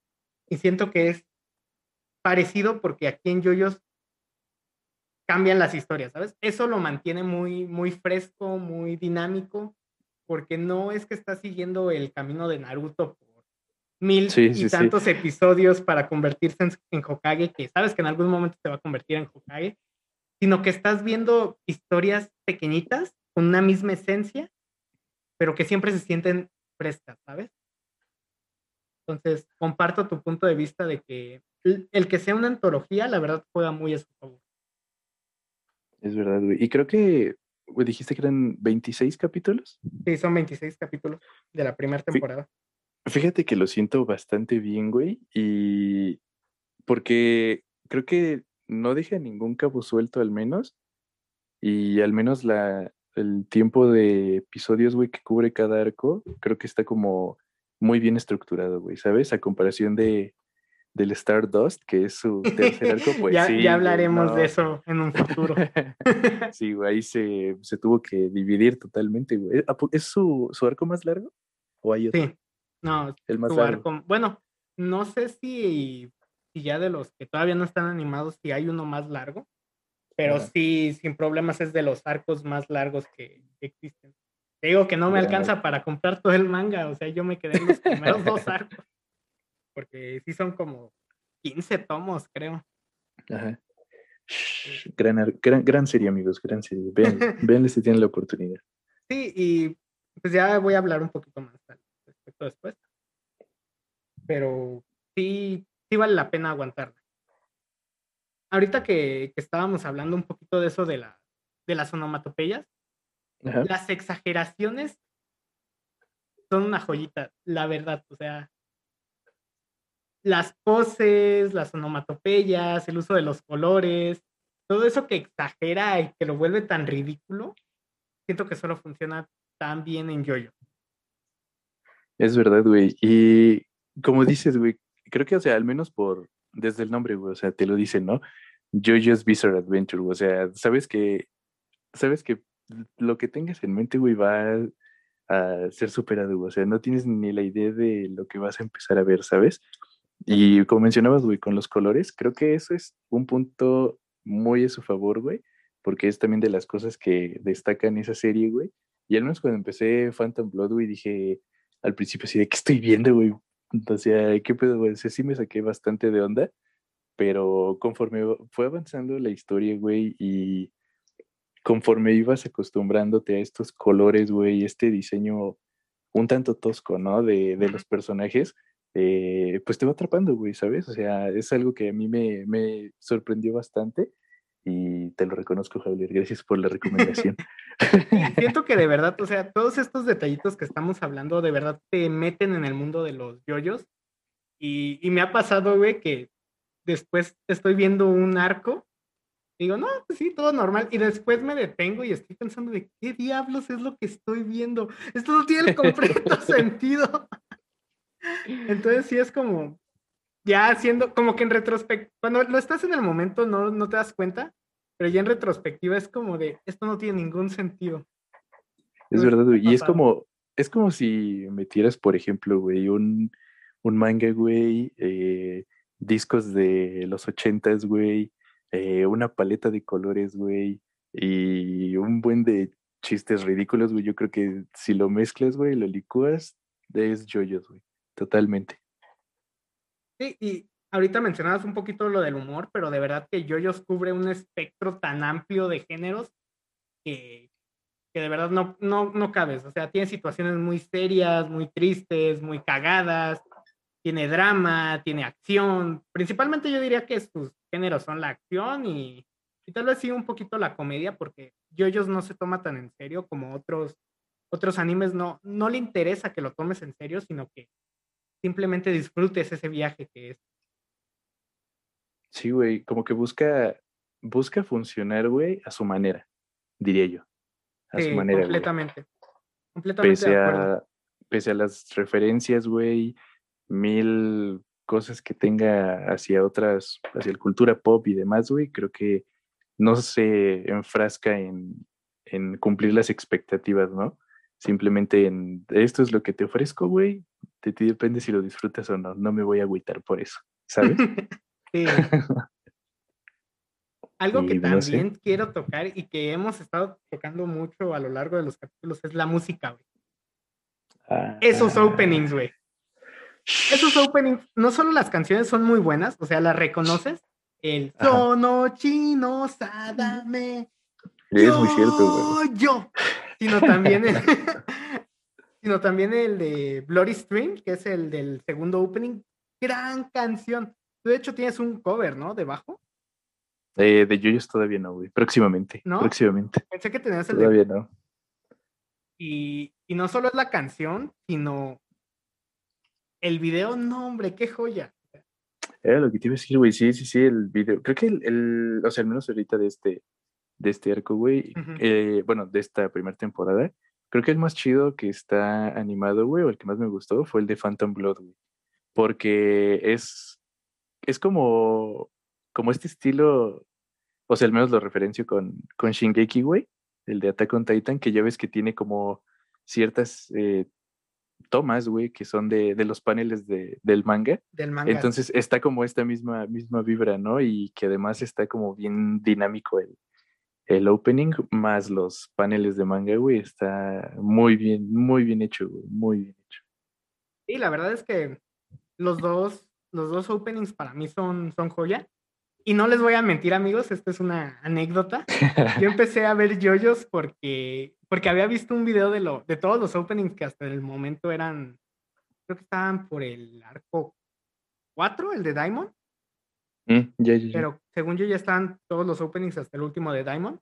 Y siento que es parecido porque aquí en JoJo's cambian las historias, ¿sabes? Eso lo mantiene muy, muy fresco, muy dinámico, porque no es que está siguiendo el camino de Naruto por mil Sí, y sí, sí. tantos episodios para convertirse en, en Hokage, que sabes que en algún momento se va a convertir en Hokage, sino que estás viendo historias pequeñitas con una misma esencia, pero que siempre se sienten frescas, ¿sabes? Entonces, comparto tu punto de vista de que el que sea una antología, la verdad, juega muy a su favor. Es verdad, güey. Y creo que, güey, dijiste que eran veintiséis capítulos. Sí, son veintiséis capítulos de la primera Fí- temporada. Fíjate que lo siento bastante bien, güey. Y porque creo que no deja ningún cabo suelto al menos. Y al menos la, el tiempo de episodios, güey, que cubre cada arco, creo que está como muy bien estructurado, güey, ¿sabes? A comparación de del Stardust, que es su tercer arco, pues ya, ya sí, güey, hablaremos de no. eso en un futuro. Sí, güey, ahí se, se tuvo que dividir totalmente, güey. ¿A po- ¿Es su, su arco más largo? ¿O hay otro? Sí, no, El más su largo. arco. Bueno, no sé si, si ya de los que todavía no están animados, si hay uno más largo, pero Ajá. sí, sin problemas es de los arcos más largos que, que existen. Te digo que no me Gran alcanza arco. para comprar todo el manga, o sea, yo me quedé en los primeros dos arcos, porque sí son como quince tomos, creo. Ajá. Sí, Shh, gran, ar- gran, gran serie, amigos, gran serie. Véanla, véanla si tienen la oportunidad. sí, y pues ya voy a hablar un poquito más al respecto después, pero sí, sí vale la pena aguantarla. Ahorita que, que estábamos hablando un poquito de eso de, la, de las onomatopeyas, Ajá. las exageraciones son una joyita, la verdad. O sea, las poses, las onomatopeyas, el uso de los colores, todo eso que exagera y que lo vuelve tan ridículo, siento que solo funciona tan bien en JoJo. Es verdad, güey. Y como dices, güey, creo que, o sea, al menos por, desde el nombre, güey, o sea, te lo dicen, ¿no? JoJo's Bizarre Adventure, güey, o sea, sabes que, sabes que lo que tengas en mente, güey, va a ser superado, güey, o sea, no tienes ni la idea de lo que vas a empezar a ver, ¿sabes? Y como mencionabas, güey, con los colores, creo que eso es un punto muy a su favor, güey, porque es también de las cosas que destacan esa serie, güey. Y al menos cuando empecé Phantom Blood, güey, dije al principio así de, ¿qué estoy viendo, güey? O sea, ¿qué pedo, güey? O sea, sí me saqué bastante de onda, pero conforme fue avanzando la historia, güey, y conforme ibas acostumbrándote a estos colores, güey, este diseño un tanto tosco, ¿no? De, de los personajes, eh, pues te va atrapando, güey, ¿sabes? O sea, es algo que a mí me, me sorprendió bastante y te lo reconozco, Javier. Gracias por la recomendación. Sí, siento que de verdad, o sea, todos estos detallitos que estamos hablando, de verdad te meten en el mundo de los yoyos. Y, y me ha pasado, güey, que después estoy viendo un arco. Digo, no, pues sí, todo normal. Y después me detengo y estoy pensando de qué diablos es lo que estoy viendo. Esto no tiene el completo sentido. Entonces sí es como, ya haciendo, como que en retrospectiva, cuando lo estás en el momento no, no te das cuenta, pero ya en retrospectiva es como de, esto no tiene ningún sentido. Es No sé si verdad, te ha güey. Y es pasado. como, es como si metieras, por ejemplo, güey, un, un manga, güey, eh, discos de los ochentas, güey, eh, una paleta de colores, güey, y un buen de chistes ridículos, güey. Yo creo que si lo mezclas, güey, lo licúas, es joyos, güey. Totalmente. Sí, y ahorita mencionabas un poquito lo del humor, pero de verdad que JoJo's cubre un espectro tan amplio de géneros que, que de verdad no, no, no cabes. O sea, tiene situaciones muy serias, muy tristes, muy cagadas, tiene drama, tiene acción. Principalmente yo diría que sus géneros son la acción y, y tal vez sí un poquito la comedia, porque JoJo's no se toma tan en serio como otros, otros animes. No, no le interesa que lo tomes en serio, sino que simplemente disfrutes ese viaje que es. Sí, güey, como que busca, busca funcionar, güey, a su manera, diría yo. A su Sí, manera, güey. completamente. Completamente de Pese acuerdo. a, pese a las referencias, güey, mil cosas que tenga hacia otras, hacia la cultura pop y demás, güey, creo que no se enfrasca en, en cumplir las expectativas, ¿no? simplemente en esto es lo que te ofrezco, güey. De ti depende si lo disfrutas o no. No me voy a agüitar por eso, ¿sabes? Sí, güey. Algo que Y pues, no sé. también quiero tocar y que hemos estado tocando mucho a lo largo de los capítulos es la música, güey. Esos Ah, openings, güey. Esos openings, no solo las canciones son muy buenas, o sea, las reconoces. El ajá. sono chino sadame, Es muy cierto, güey. yo, yo. Sino también el, sino también el de Bloody Stream, que es el del segundo opening. Gran canción. Tú de hecho tienes un cover, ¿no? Debajo, Eh, de Yoyos todavía no, güey. Próximamente, ¿no? próximamente. Pensé que tenías el de... Todavía no. Y, y no solo es la canción, sino el video, no, hombre, qué joya. Era lo que te iba a decir, güey. Sí, sí, sí, el video. Creo que el, el- o sea, al menos ahorita de este, de este arco, güey. Ujú. eh, bueno, de esta primera temporada. Creo que el más chido que está animado, güey, o el que más me gustó fue el de Phantom Blood, güey. Porque es, es como, como este estilo, o sea, al menos lo referencio con, con Shingeki, güey, el de Attack on Titan, que ya ves que tiene como ciertas eh, tomas, güey, que son de, de los paneles de, del manga. Del manga, sí. Entonces está como esta misma, misma vibra, ¿no? Y que además está como bien dinámico el, el opening, más los paneles de manga, güey, está muy bien, muy bien hecho, güey, muy bien hecho. Y la verdad es que los dos, los dos openings para mí son, son joya. Y no les voy a mentir, amigos, esta es una anécdota. Yo empecé a ver yoyos porque, porque había visto un video de, lo, de todos los openings que hasta el momento eran, creo que estaban por el arco cuatro, el de Diamond, Mm, ya, ya, ya. pero según yo ya estaban todos los openings hasta el último de Diamond.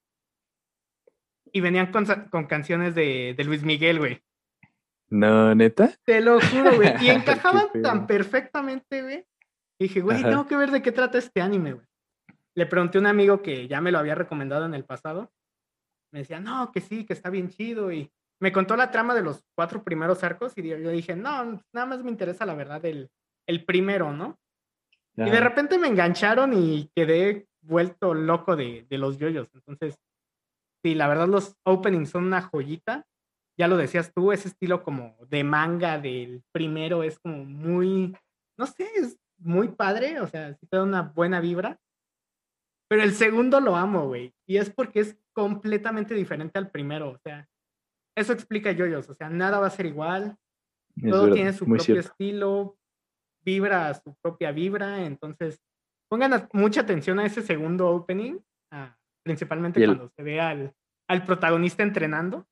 Y venían con, con canciones de, de Luis Miguel, güey. No, neta. Te lo juro, güey. Y Qué encajaban tan pedo. perfectamente, güey. Dije, güey, tengo Ajá. que ver de qué trata este anime, güey. Le pregunté a un amigo que ya me lo había recomendado en el pasado. Me decía, no, que sí, que está bien chido. Y me contó la trama de los cuatro primeros arcos. Y yo dije, no, nada más me interesa la verdad el, el primero, ¿no? Y de Ajá. repente me engancharon y quedé vuelto loco de, de los yoyos. Entonces, sí, la verdad los openings son una joyita. Ya lo decías tú, ese estilo como de manga del primero es como muy, no sé, es muy padre, o sea, sí te da una buena vibra. Pero el segundo lo amo, güey. Y es porque es completamente diferente al primero, o sea, eso explica yoyos, o sea, nada va a ser igual, Es todo verdad, tiene su muy propio cierto. estilo, vibra a su propia vibra, entonces pongan a- mucha atención a ese segundo opening, ah, principalmente Y el, cuando se ve al, al protagonista entrenando.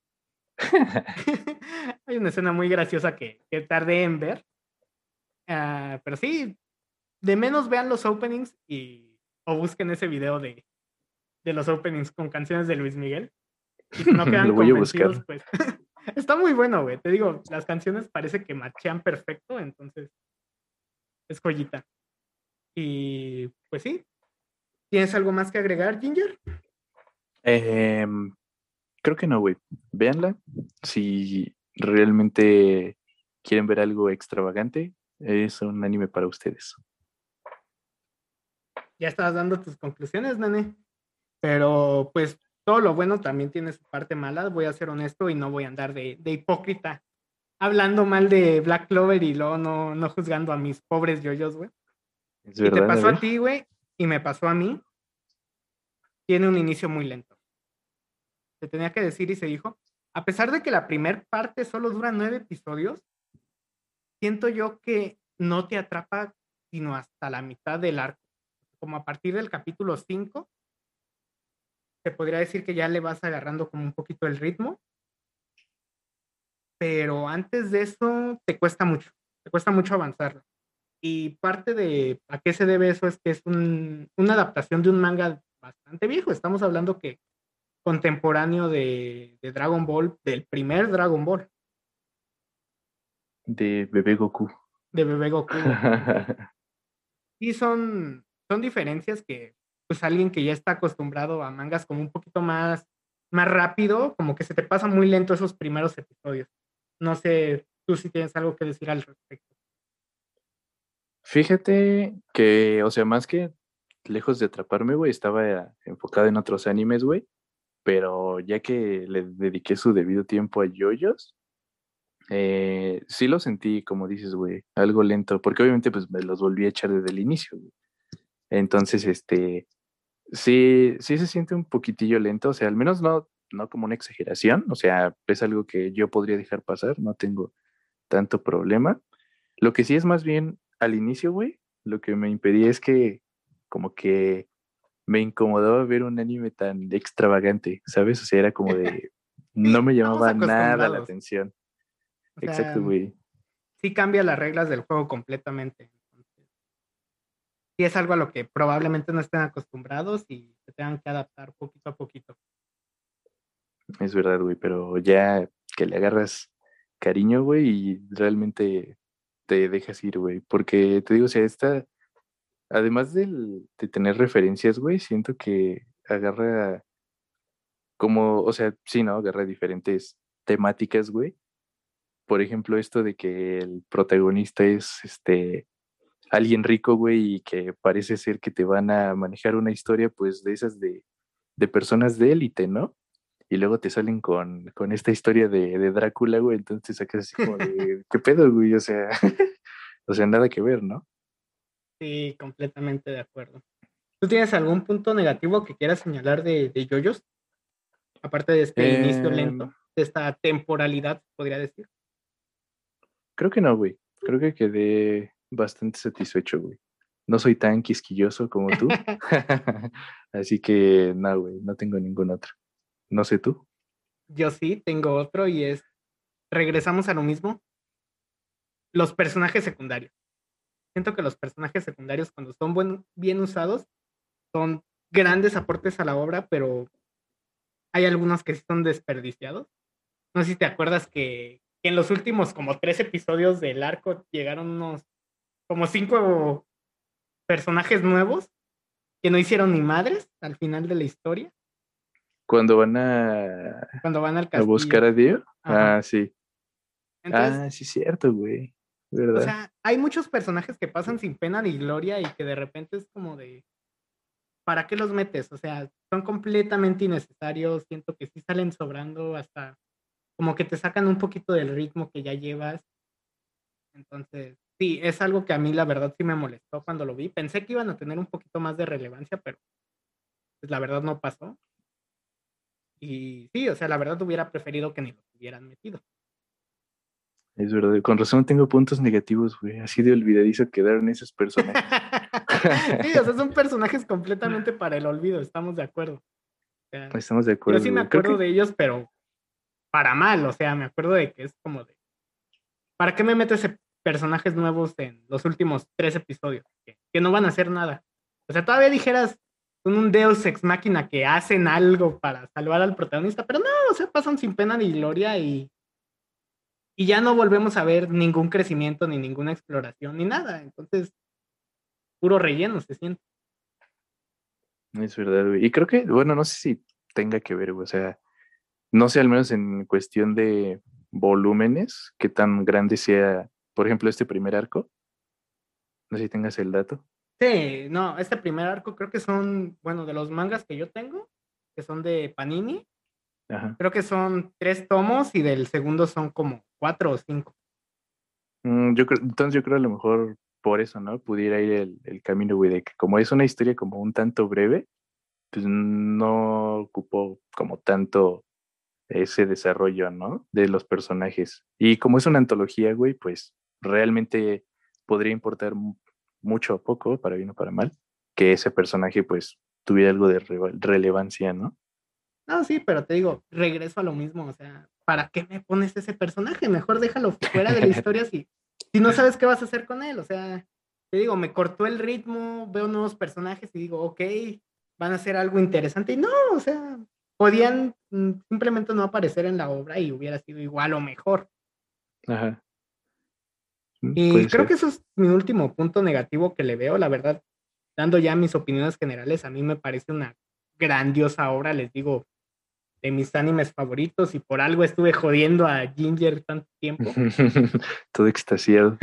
Hay una escena muy graciosa que, que tardé en ver, ah, pero sí, de menos vean los openings y o busquen ese video de, de los openings con canciones de Luis Miguel. Y si no quedan lo voy a convencidos, buscar. pues está muy bueno, güey. Te digo, las canciones parece que machean perfecto, entonces es joyita. Y pues sí, ¿tienes algo más que agregar, Ginger? Em, Creo que no, güey. Véanla. Si realmente quieren ver algo extravagante, es un anime para ustedes. Ya estabas dando tus conclusiones, nene. Pero pues todo lo bueno también tiene su parte mala, voy a ser honesto y no voy a andar de, de hipócrita hablando mal de Black Clover y luego no, no juzgando a mis pobres yoyos, güey. Es Si te verdad, a pasó ver. a ti, güey, y me pasó a mí, tiene un inicio muy lento. Se tenía que decir y se dijo. A pesar de que la primer parte solo dura nueve episodios, siento yo que no te atrapa sino hasta la mitad del arco. Como a partir del capítulo cinco, te podría decir que ya le vas agarrando como un poquito el ritmo, pero antes de eso te cuesta mucho, te cuesta mucho avanzar. Y parte de a qué se debe eso es que es un, una adaptación de un manga bastante viejo. Estamos hablando que contemporáneo de, de Dragon Ball, del primer Dragon Ball, De Bebé Goku. de Bebé Goku. Entonces, sí son, son diferencias que pues alguien que ya está acostumbrado a mangas como un poquito más, más rápido, como que se te pasa muy lento esos primeros episodios. No sé, tú si tienes algo que decir al respecto. Fíjate que, o sea, más que lejos de atraparme, güey, estaba enfocado en otros animes, güey. pero ya que le dediqué su debido tiempo a JoJo's, eh, sí lo sentí, como dices, güey, algo lento, porque obviamente pues me los volví a echar desde el inicio, güey. Entonces, este, sí, sí se siente un poquitillo lento, o sea, al menos no, no como una exageración, o sea, es algo que yo podría dejar pasar, no tengo tanto problema. Lo que sí es más bien al inicio, güey, lo que me impedía es que como que me incomodaba ver un anime tan extravagante, ¿sabes? O sea, era como de, no Sí, me estamos llamaba nada la acostumbrados. atención. O sea, Exacto, güey. sí cambia las reglas del juego completamente. Entonces, sí es algo a lo que probablemente no estén acostumbrados y se tengan que adaptar poquito a poquito. Es verdad, güey, pero ya que le agarras cariño, güey, y realmente te dejas ir, güey. Porque te digo, o sea, esta, además del, de tener referencias, güey, siento que agarra como, o sea, sí, ¿no? Agarra diferentes temáticas, güey. Por ejemplo, esto de que el protagonista es este alguien rico, güey, y que parece ser que te van a manejar una historia, pues, de esas de, de personas de élite, ¿no? Y luego te salen con, con esta historia de, de Drácula, güey, entonces te sacas así como de, ¿qué pedo, güey? O sea, o sea, nada que ver, ¿no? Sí, completamente de acuerdo. ¿Tú tienes algún punto negativo que quieras señalar de, de JoJo's? Aparte de este inicio Eh, lento, de esta temporalidad, podría decir. creo que no, güey. Creo que quedé bastante satisfecho, güey. No soy tan quisquilloso como tú. Así que, no, güey, no tengo ningún otro. No sé tú. Yo sí tengo otro y es, regresamos a lo mismo, los personajes secundarios. Siento que los personajes secundarios cuando son buen, bien usados son grandes aportes a la obra, pero hay algunos que sí son desperdiciados. No sé si te acuerdas que, que en los últimos como tres episodios del arco llegaron unos como cinco personajes nuevos que no hicieron ni madres al final de la historia, Cuando van a, cuando van al a buscar castillo. a Dio. Ajá. Ah, sí. Entonces, Ah, sí, cierto, güey. o ¿Verdad? sea, hay muchos personajes que pasan sin pena ni gloria y que de repente es como de, ¿para qué los metes? O sea, son completamente innecesarios, siento que sí salen sobrando hasta como que te sacan un poquito del ritmo que ya llevas. Entonces, sí, es algo que a mí la verdad sí me molestó cuando lo vi. Pensé que iban a tener un poquito más de relevancia, pero pues la verdad no pasó. Y sí, o sea, la verdad hubiera preferido que ni los hubieran metido. Es verdad. Con razón tengo puntos negativos, güey. Así de olvidadizo quedaron esos personajes. Sí, o sea, son personajes completamente para el olvido, estamos de acuerdo. O sea, Estamos de yo acuerdo, sí me güey. Creo acuerdo que de ellos, pero para mal, o sea, me acuerdo de que es como de, ¿para qué me metes e- personajes nuevos en los últimos tres episodios? Que, que no van a hacer nada. O sea, todavía dijeras, son un Deus ex máquina que hacen algo para salvar al protagonista, pero no, o sea, pasan sin pena ni gloria y, y ya no volvemos a ver ningún crecimiento, ni ninguna exploración, ni nada. Entonces, puro relleno se siente. es verdad, güey. Y creo que, bueno, no sé si tenga que ver, güey. O sea, no sé, al menos en cuestión de volúmenes, qué tan grande sea, por ejemplo, este primer arco. No sé si tengas el dato. Sí, no, este primer arco creo que son, bueno, de los mangas que yo tengo, que son de Panini, Ajá. creo que son tres tomos y del segundo son como cuatro o cinco. Mm, yo creo, entonces yo creo a lo mejor por eso, ¿no? Pudiera ir el, el camino, güey, de que como es una historia como un tanto breve, pues no ocupó como tanto ese desarrollo, ¿no? De los personajes. Y como es una antología, güey, pues realmente podría importar mu- mucho o poco, para bien o para mal, que ese personaje pues tuviera algo de re- relevancia, ¿no? No, sí, pero te digo, regreso a lo mismo, o sea, ¿para qué me pones ese personaje? Mejor déjalo fuera de la historia si, si no sabes qué vas a hacer con él, o sea, te digo, me cortó el ritmo, veo nuevos personajes y digo, ok, van a hacer algo interesante y no, o sea, podían mm, simplemente no aparecer en la obra y hubiera sido igual o mejor. Ajá, mm, Y puede creo que ser. eso es mi último punto negativo que le veo, la verdad, dando ya mis opiniones generales, a mí me parece una grandiosa obra, les digo, de mis animes favoritos y por algo estuve jodiendo a Ginger tanto tiempo. Todo extasiado.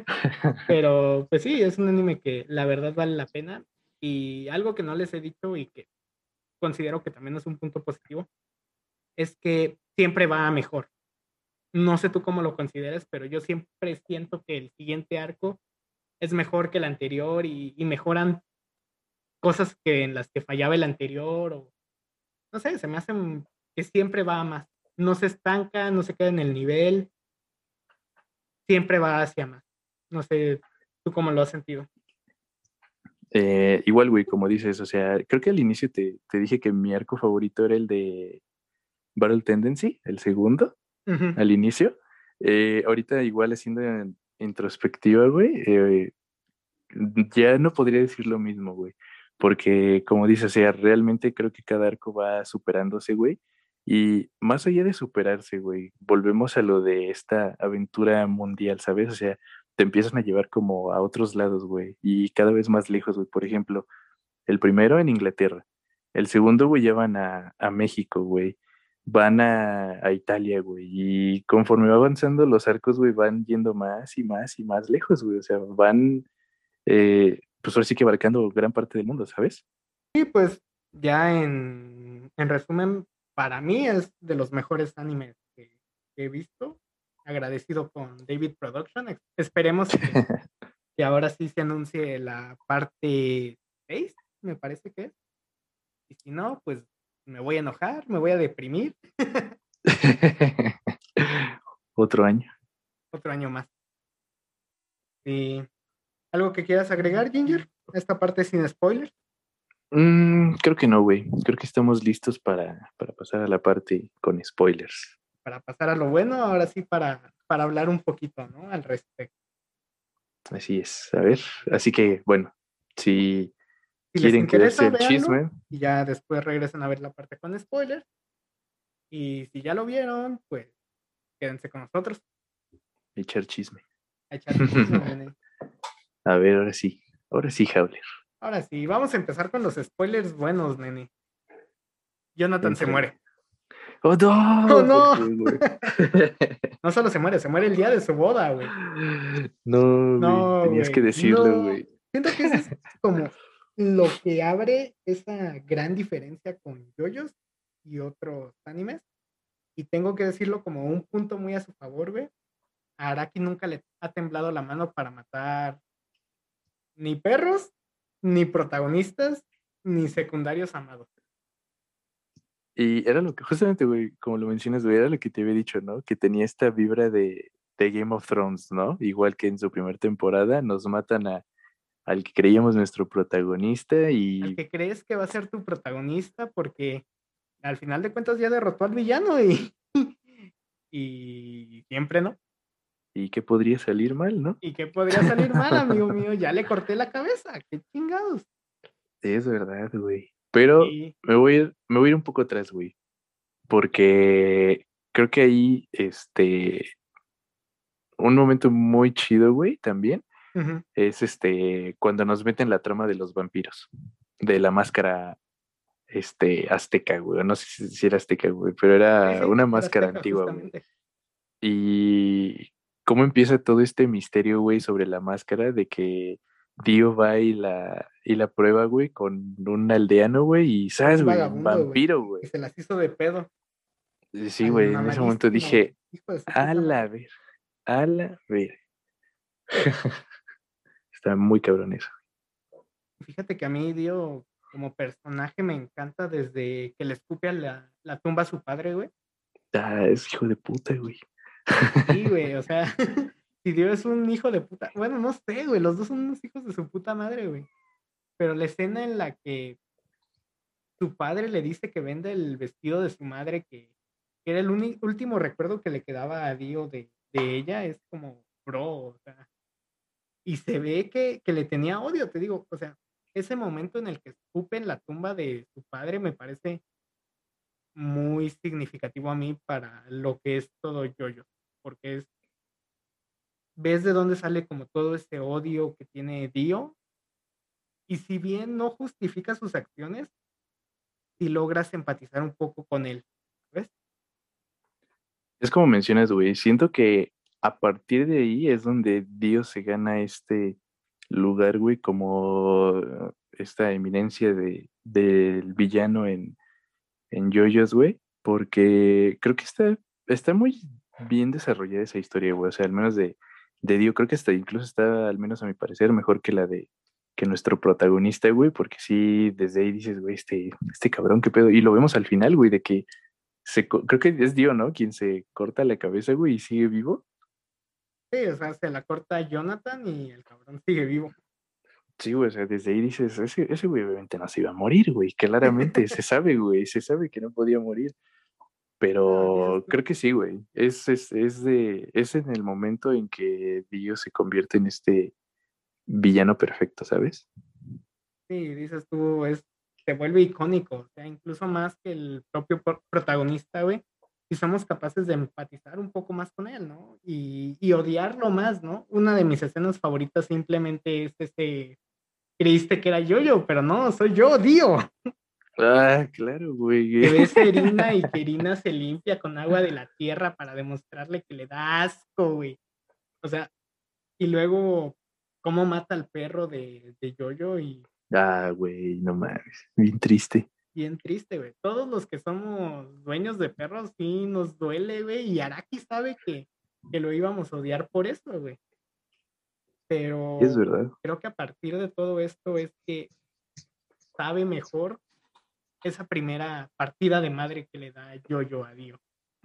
Pero pues sí, es un anime que la verdad vale la pena. Y algo que no les he dicho y que considero que también es un punto positivo, es que siempre va a mejor. No sé tú cómo lo consideres, pero yo siempre siento que el siguiente arco es mejor que el anterior y, y mejoran cosas que en las que fallaba el anterior o no sé, se me hacen que siempre va a más. No se estanca, no se queda en el nivel, siempre va hacia más. No sé, tú cómo lo has sentido. Eh, igual, güey, como dices, o sea, creo que al inicio te, te dije que mi arco favorito era el de Battle Tendency, el segundo, Ujú. al inicio. Eh, ahorita igual haciendo en- introspectiva, güey, eh, ya no podría decir lo mismo, güey, porque como dices, o sea, realmente creo que cada arco va superándose, güey, y más allá de superarse, güey, volvemos a lo de esta aventura mundial, ¿sabes? O sea, te empiezan a llevar como a otros lados, güey, y cada vez más lejos, güey. Por ejemplo, el primero en Inglaterra. El segundo, güey, ya van a, a México, güey. Van a, a Italia, güey. Y conforme va avanzando los arcos, güey, van yendo más y más y más lejos, güey. O sea, van, eh, pues ahora sí que abarcando gran parte del mundo, ¿sabes? Y pues ya en, en resumen, para mí es de los mejores animes que, que he visto. Agradecido con David Production. Ex- Esperemos que, que ahora sí se anuncie la parte seis, me parece que es. Y si no, pues me voy a enojar, me voy a deprimir. Otro año. Otro año más. Sí. ¿Algo que quieras agregar, Ginger? Esta parte sin spoilers, Mm, creo que no, güey. Creo que estamos listos para, para pasar a la parte con spoilers. para pasar a lo bueno, ahora sí para, para hablar un poquito, ¿no? Al respecto. Así es. A ver. Así que, bueno, si Si les quieren quedarse interesa, el véanlo chisme, y ya después regresen a ver la parte con spoilers. Y si ya lo vieron, pues quédense con nosotros echar chisme. a echar chisme, nene. A ver, ahora sí. Ahora sí, Howler. Ahora sí, vamos a empezar con los spoilers buenos, nene. Jonathan se Éntrale. muere. ¡Oh, ¡Oh, no! ¿Por no! qué, güey? No solo se muere, se muere el día de su boda, güey. No, güey. No, Tenías que güey, decirlo, no. güey. Siento que eso es como lo que abre esa gran diferencia con JoJo's y otros animes. Y tengo que decirlo como un punto muy a su favor, güey. A Araki nunca le ha temblado la mano para matar ni perros, ni protagonistas, ni secundarios amados. Y era lo que, justamente, güey, como lo mencionas, güey, era lo que te había dicho, ¿no? Que tenía esta vibra de, de Game of Thrones, ¿no? Igual que en su primera temporada nos matan a, al que creíamos nuestro protagonista Al y, que crees que va a ser tu protagonista porque al final de cuentas ya derrotó al villano y, y siempre no. y que podría salir mal, ¿no? ¿Y qué podría salir mal, amigo mío? Ya le corté la cabeza. ¡Qué chingados! Es verdad, güey. Pero Y me voy a ir, me voy a ir un poco atrás, güey. Porque creo que ahí, este, un momento muy chido, güey, también, ujú, es este, cuando nos meten la trama de los vampiros, de la máscara, este, azteca, güey. No sé si, si era azteca, güey, pero sí, era sí, una era máscara Azteca, antigua, güey. justamente. Y cómo empieza todo este misterio, güey, sobre la máscara de que Dio va y la, y la prueba, güey, con un aldeano, güey, y Con ¿sabes, un güey? Un vagabundo, güey. vampiro, Y güey. se las hizo de pedo Sí, al güey, en ese momento mamadísimo dije, hijo de su a puta la madre. ver, a la ver. Está muy cabrón eso. Fíjate que a mí, Dio, como personaje, me encanta desde que le escupe a la, la tumba a su padre, güey. Ah, es hijo de puta, güey. Sí, güey, o sea, si Dio es un hijo de puta, bueno, no sé, güey, los dos son unos hijos de su puta madre, güey. Pero la escena en la que su padre le dice que vende el vestido de su madre, que, que era el uni- último recuerdo que le quedaba a Dio de, de ella, es como, bro, o sea, y se ve que, que le tenía odio, te digo, o sea, ese momento en el que escupe en la tumba de su padre me parece muy significativo a mí para lo que es todo yoyo, porque es, ves de dónde sale como todo ese odio que tiene Dio, y si bien no justifica sus acciones, si logras empatizar un poco con él, ¿ves? Es como mencionas, güey. Siento que a partir de ahí es donde Dios se gana este lugar, güey, como esta eminencia de, del villano en, en JoJo's, güey, porque creo que está, está muy bien desarrollada esa historia, güey, o sea, al menos de, de Dio, creo que hasta incluso está, al menos a mi parecer, mejor que la de que nuestro protagonista, güey, porque sí, desde ahí dices, güey, este, este cabrón, qué pedo, y lo vemos al final, güey, de que se, co- creo que es Dio, ¿no? Quien se corta la cabeza, güey, y sigue vivo. Sí, o sea, se la corta Jonathan y el cabrón sigue vivo. Sí, güey, o sea, desde ahí dices, ese, ese güey obviamente no se iba a morir, güey, claramente, se sabe, güey, se sabe que no podía morir. No, dices Pero tú. creo que sí, güey. Es, es, es de, es en el momento en que Dio se convierte en este villano perfecto, ¿sabes? Sí, dices tú, es, se vuelve icónico, o sea, incluso más que el propio pro- protagonista, güey, si somos capaces de empatizar un poco más con él, ¿no? Y, y odiarlo más, ¿no? Una de mis escenas favoritas simplemente es este, creíste que era yo-yo, pero no, soy yo, Dio, Ah, claro, güey. que ves a Irina y que Irina se limpia con agua de la tierra para demostrarle que le da asco, güey. O sea, y luego cómo mata al perro de, de Jojo y Ah, güey, no mames. Bien triste. bien triste, güey. Todos los que somos dueños de perros sí nos duele, güey. Y Araki sabe que, que lo íbamos a odiar por eso, güey. Es Pero verdad. creo que a partir de todo esto es que sabe mejor esa primera partida de madre que le da Jojo a Dio.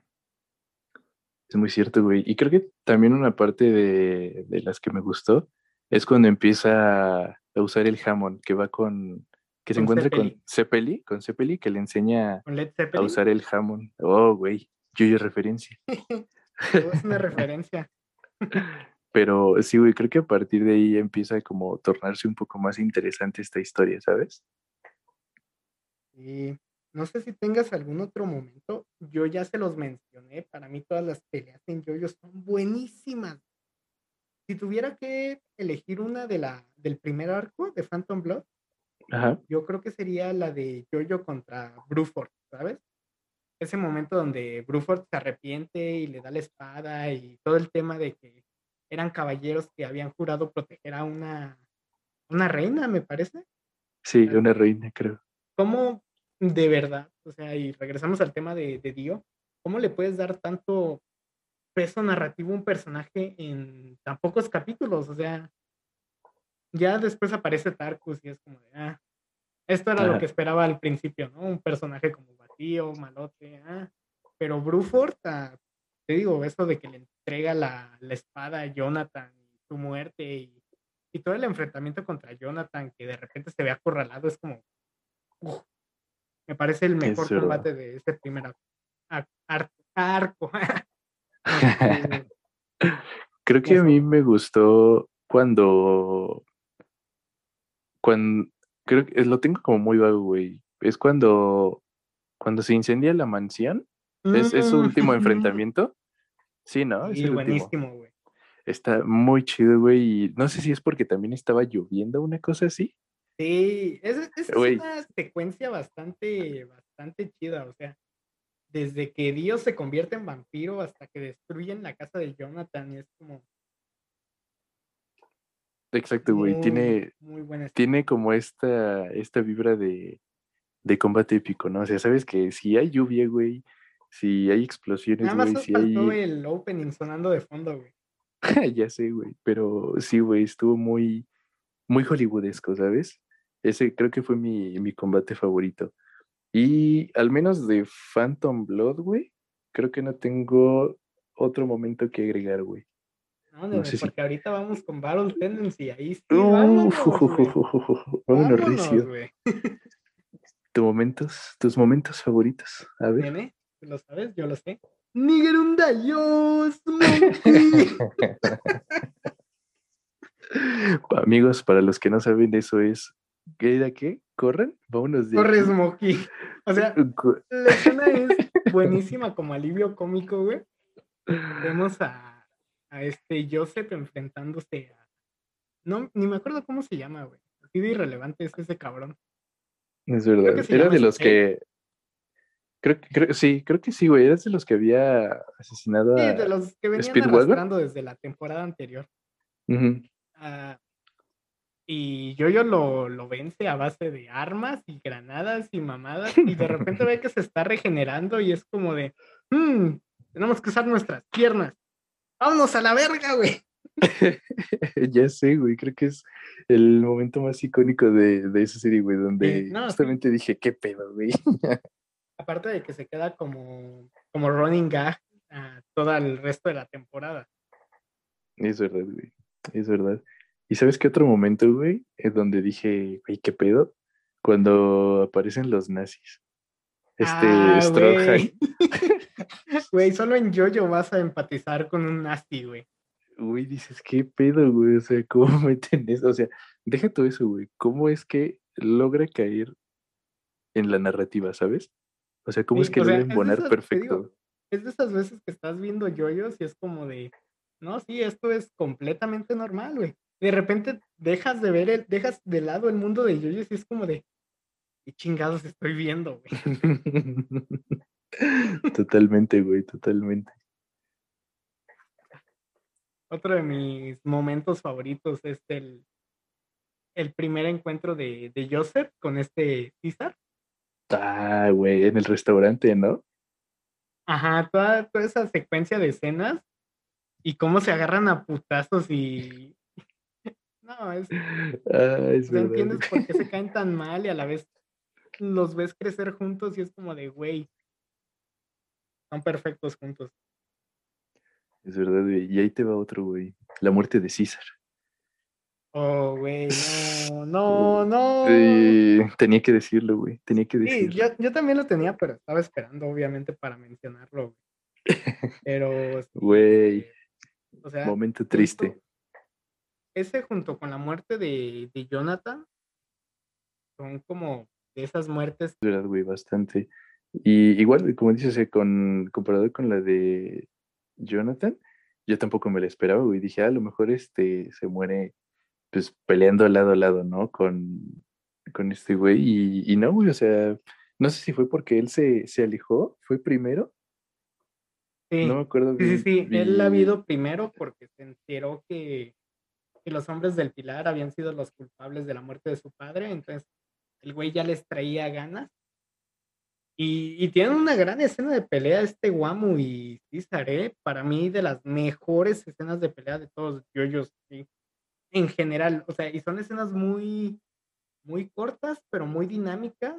Es muy cierto, güey. Y creo que también una parte de, de las que me gustó es cuando empieza a usar el jamón, que va con, que se Con encuentra con Zeppelin. Zeppeli, con Zeppeli, que le enseña Con Led a Zeppelin. usar el jamón. Oh, güey, yo yo referencia. Oh, es una referencia. Pero sí, güey, creo que a partir de ahí empieza como a tornarse un poco más interesante esta historia, ¿sabes? Y no sé si tengas algún otro momento. Yo ya se los mencioné. Para mí todas las peleas en Jojo son buenísimas. Si tuviera que elegir una de la, del primer arco de Phantom Blood, Ajá. yo creo que sería la de Jojo contra Bruford, ¿sabes? Ese momento donde Bruford se arrepiente y le da la espada y todo el tema de que eran caballeros que habían jurado proteger a una, una reina, me parece. Sí, una reina, creo. ¿Cómo de verdad, o sea, y regresamos al tema de, de Dio, cómo le puedes dar tanto peso narrativo a un personaje en tan pocos capítulos? O sea, ya después aparece Tarkus y es como de, ah, esto era lo que Ajá. esperaba al principio, ¿no? Un personaje como vacío, malote, ah, pero Bruford, ah, te digo, eso de que le entrega la, la espada a Jonathan y su muerte y, y todo el enfrentamiento contra Jonathan que de repente se ve acorralado, es como, uf, me parece el Es mejor verdad. combate de este primer ar- ar- ar- arco. No sé tú Creo que a piensas. mí me gustó cuando, cuando, creo que lo tengo como muy vago, güey. Es cuando, cuando se incendia la mansión. ¿Es, es su último Mm, enfrentamiento? Sí, ¿no? Es sí, el último. buenísimo, güey. Está muy chido, güey. Y no sé si es porque también estaba lloviendo, una cosa así. Sí, esa esa es Güey, una secuencia bastante, bastante chida, o sea, desde que Dio se convierte en vampiro hasta que destruyen la casa de Jonathan, y es como exacto, güey. muy, Tiene, muy buena escena. tiene como esta, esta vibra de, de combate épico, ¿no? O sea, sabes que si hay lluvia, güey, si hay explosiones, Nada más güey, si faltó hay... el opening sonando de fondo, güey. Ya sé, güey, pero sí, güey, estuvo muy, muy hollywoodesco, ¿sabes? Ese creo que fue mi, mi combate favorito. Y al menos de Phantom Blood, güey, creo que no tengo otro momento que agregar, güey. No Ándale, sé si... porque ahorita vamos con Battle Tendency, ahí sí, Uf, vámonos, güey. vámonos, Vámonos, Ricio. güey. Tu momentos, tus momentos favoritos. A ver. ¿Viene? ¿Tú lo sabes? Yo lo sé. ¡Nigerundayos, monkey! Amigos, para los que no saben, eso es. ¿Qué era qué? ¿Corren? Vámonos de Corre, aquí. Smokey. O sea, la escena es buenísima como alivio cómico, güey. Vemos a, a este Joseph enfrentándose a... No, ni me acuerdo cómo se llama, güey. Así de irrelevante es ese cabrón. Es Creo que verdad. se Era llama de los Spade. que. Creo, creo, sí, creo que sí, güey. Eras de los que había asesinado Sí, a de los que venían Speedwagon. arrastrando desde la temporada anterior. Ujú. Ah, Y Yoyo lo, lo vence a base de armas y granadas y mamadas. Y de repente ve que se está regenerando y es como de, "Hmm, tenemos que usar nuestras piernas. Vámonos a la verga, güey". Ya sé, güey, creo que es el momento más icónico de, de esa serie, güey, Sí, donde no, sí. justamente dije, ¿qué pedo, güey? Aparte de que se queda como, como running gag a todo el resto de la temporada. Es verdad, güey, es verdad. ¿Y sabes qué otro momento, güey? Es donde dije, güey, ¿qué pedo? Cuando aparecen los nazis. Este Ah, Stroheim, güey. Güey, solo en Yoyo vas a empatizar con un nasty, güey. güey, dices, ¿qué pedo, güey? O sea, ¿cómo meten eso? O sea, deja todo eso, güey. ¿Cómo es que logra caer en la narrativa, ¿sabes? O sea, ¿cómo es Sí, que o sea, logra es de embonar esas, te digo, perfecto? es de esas veces que estás viendo yoyos y es como de, no, sí, esto es completamente normal, güey. De repente dejas de ver el, dejas de lado el mundo de yoyos y es como de, ¿qué chingados estoy viendo, güey? Totalmente, güey, totalmente. Otro de mis momentos favoritos es el, el primer encuentro de, de Joseph con este César. Ah, güey, en el restaurante, ¿no? Ajá, toda, toda esa secuencia de escenas y cómo se agarran a putazos y... No, es, Ah, es o sea, verdad. entiendes por qué se caen tan mal y a la vez los ves crecer juntos y es como de, güey, son perfectos juntos. Es verdad, güey. Y ahí te va otro, güey. La muerte de César. Oh, güey, no, no, no. Sí, tenía que decirlo, güey. Tenía que Sí, decirlo. yo, yo también lo tenía, pero estaba esperando, obviamente, para mencionarlo, güey. Pero sí, Güey, güey. O sea, momento triste. junto, ese junto con la muerte de, de Jonathan, son como de esas muertes. Es verdad, güey, bastante. Y igual, como dices, eh, con, comparado con la de Jonathan, yo tampoco me la esperaba, güey. Dije, "Ah, a lo mejor este se muere pues peleando lado a lado, ¿no? Con, con este güey. Y, y no, güey, o sea, no sé si fue porque él se, se alejó, fue primero, no me Sí, acuerdo sí, sí, bien. sí. Él ha Vi, habido primero porque se enteró que, que los hombres del Pilar habían sido los culpables de la muerte de su padre, entonces el güey ya les traía ganas. Y, y tienen una gran escena de pelea este Guamu y César, ¿eh? Para mí de las mejores escenas de pelea de todos los yoyos, sí, en general. O sea, y son escenas muy, muy cortas, pero muy dinámicas.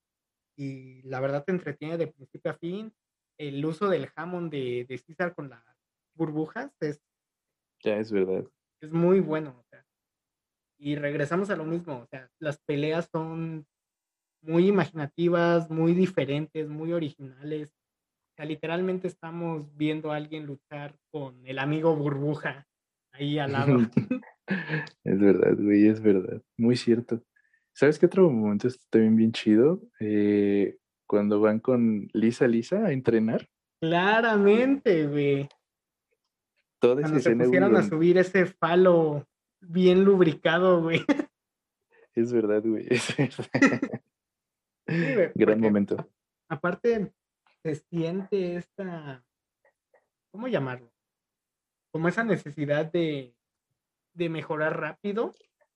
Y la verdad te entretiene de principio a fin. El uso del jamón de, de César con las burbujas es, ya es verdad. es muy bueno. O sea, y regresamos a lo mismo. O sea, las peleas son muy imaginativas, muy diferentes, muy originales. O sea, literalmente estamos viendo a alguien luchar con el amigo burbuja ahí al lado. Es verdad, güey, es verdad. Muy cierto. ¿Sabes qué otro momento está también bien chido? Eh, cuando van con Lisa Lisa a entrenar. Claramente, güey. Toda esa Cuando se escena, güey, pusieron a donde... subir ese falo bien lubricado, güey. Es verdad, güey. Es verdad. Sí, güey, Gran porque momento. a- aparte se siente esta, ¿cómo llamarlo? Como esa necesidad de, de mejorar rápido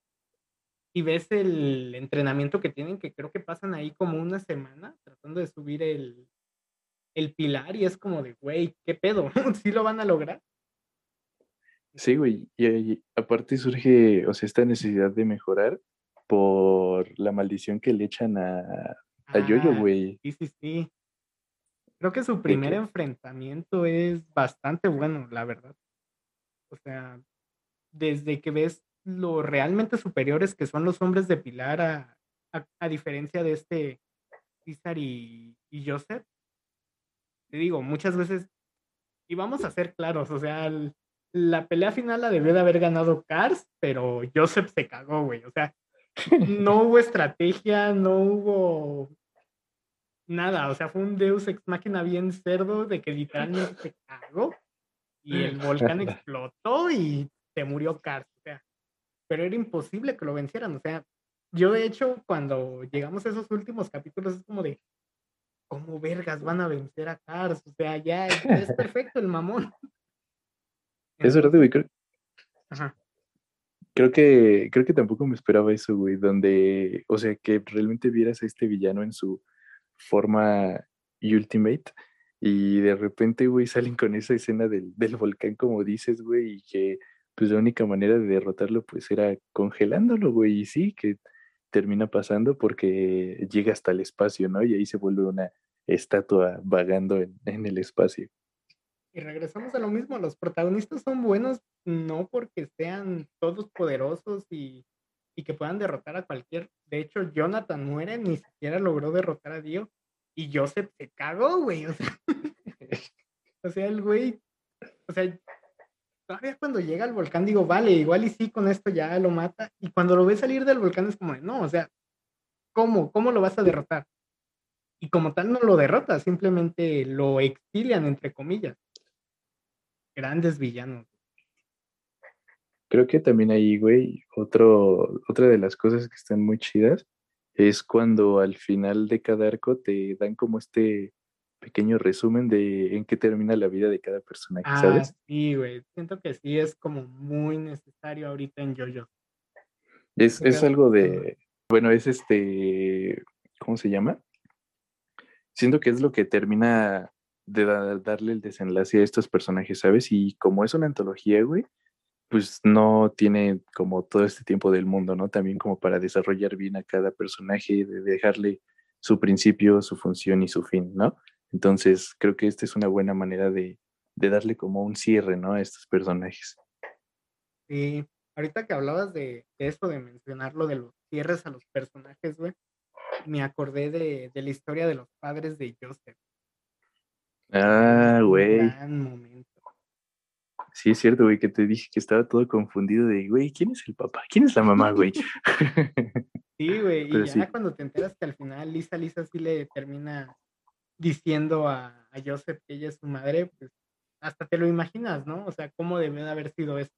y ves el entrenamiento que tienen, que creo que pasan ahí como una semana tratando de subir el, el pilar y es como de, güey, ¿qué pedo? ¿Sí lo van a lograr? Sí, güey. Y, y aparte surge, o sea, esta necesidad de mejorar por la maldición que le echan a, a Yoyo, Ah, güey. sí, sí, sí. Creo que su Que, primer que, enfrentamiento es bastante bueno, la verdad. O sea, desde que ves lo realmente superiores que son los hombres de Pilar a, a, a diferencia de este César y, y Joseph, te digo, muchas veces, y vamos a ser claros, o sea, el- la pelea final la debió de haber ganado Cars, pero Joseph se cagó, güey. O sea, no hubo estrategia, no hubo nada. O sea, fue un Deus ex machina bien cerdo de que literalmente se cagó y el volcán explotó y se murió Cars. O sea, pero era imposible que lo vencieran. O sea, yo de hecho, cuando llegamos a esos últimos capítulos, es como de, ¿cómo vergas van a vencer a Cars? O sea, ya, ya es perfecto el mamón. es verdad, güey. Entonces, Creo, ajá. Creo que, creo que tampoco me esperaba eso, güey, donde, o sea, que realmente vieras a este villano en su forma Ultimate y de repente, güey, salen con esa escena del, del volcán, como dices, güey, y que pues la única manera de derrotarlo pues era congelándolo, güey, y sí, que termina pasando porque llega hasta el espacio, ¿no? Y ahí se vuelve una estatua vagando en, en el espacio. Y regresamos a lo mismo, los protagonistas son buenos no porque sean todos poderosos y, y que puedan derrotar a cualquier. De hecho, Jonathan muere, ni siquiera logró derrotar a Dio. Y Joseph se cagó, güey. O sea, o sea, el güey, o sea, todavía cuando llega al volcán digo, vale, igual y sí, con esto ya lo mata. Y cuando lo ve salir del volcán es como, de, no, o sea, ¿cómo? ¿Cómo lo vas a derrotar? Y como tal no lo derrota, simplemente lo exilian, entre comillas. Grandes villanos. Creo que también ahí, güey, otro, otra de las cosas que están muy chidas es cuando al final de cada arco te dan como este pequeño resumen de en qué termina la vida de cada personaje, Ah, ¿sabes? sí, güey. Siento que sí es como muy necesario ahorita en JoJo. Es, Te es quedas algo pensando, de, bueno, es este, ¿cómo se llama? Siento que es lo que termina de da- darle el desenlace a estos personajes, ¿sabes? Y como es una antología, güey, pues no tiene como todo este tiempo del mundo, ¿no? También como para desarrollar bien a cada personaje, de dejarle su principio, su función y su fin, ¿no? Entonces, creo que esta es una buena manera de, de darle como un cierre, ¿no? A estos personajes. sí, ahorita que hablabas de, de eso, de mencionar lo de los cierres a los personajes, güey, me acordé de, de la historia de los padres de Joseph. También es Ah, un güey. gran momento. Sí, es cierto, güey, que te dije que estaba todo confundido de, güey, ¿quién es el papá? ¿Quién es la mamá, güey? Sí, güey, y Pero ya sí, cuando te enteras que al final Lisa, Lisa sí le termina diciendo a, a Joseph que ella es su madre, pues hasta te lo imaginas, ¿no? O sea, cómo debió de haber sido eso.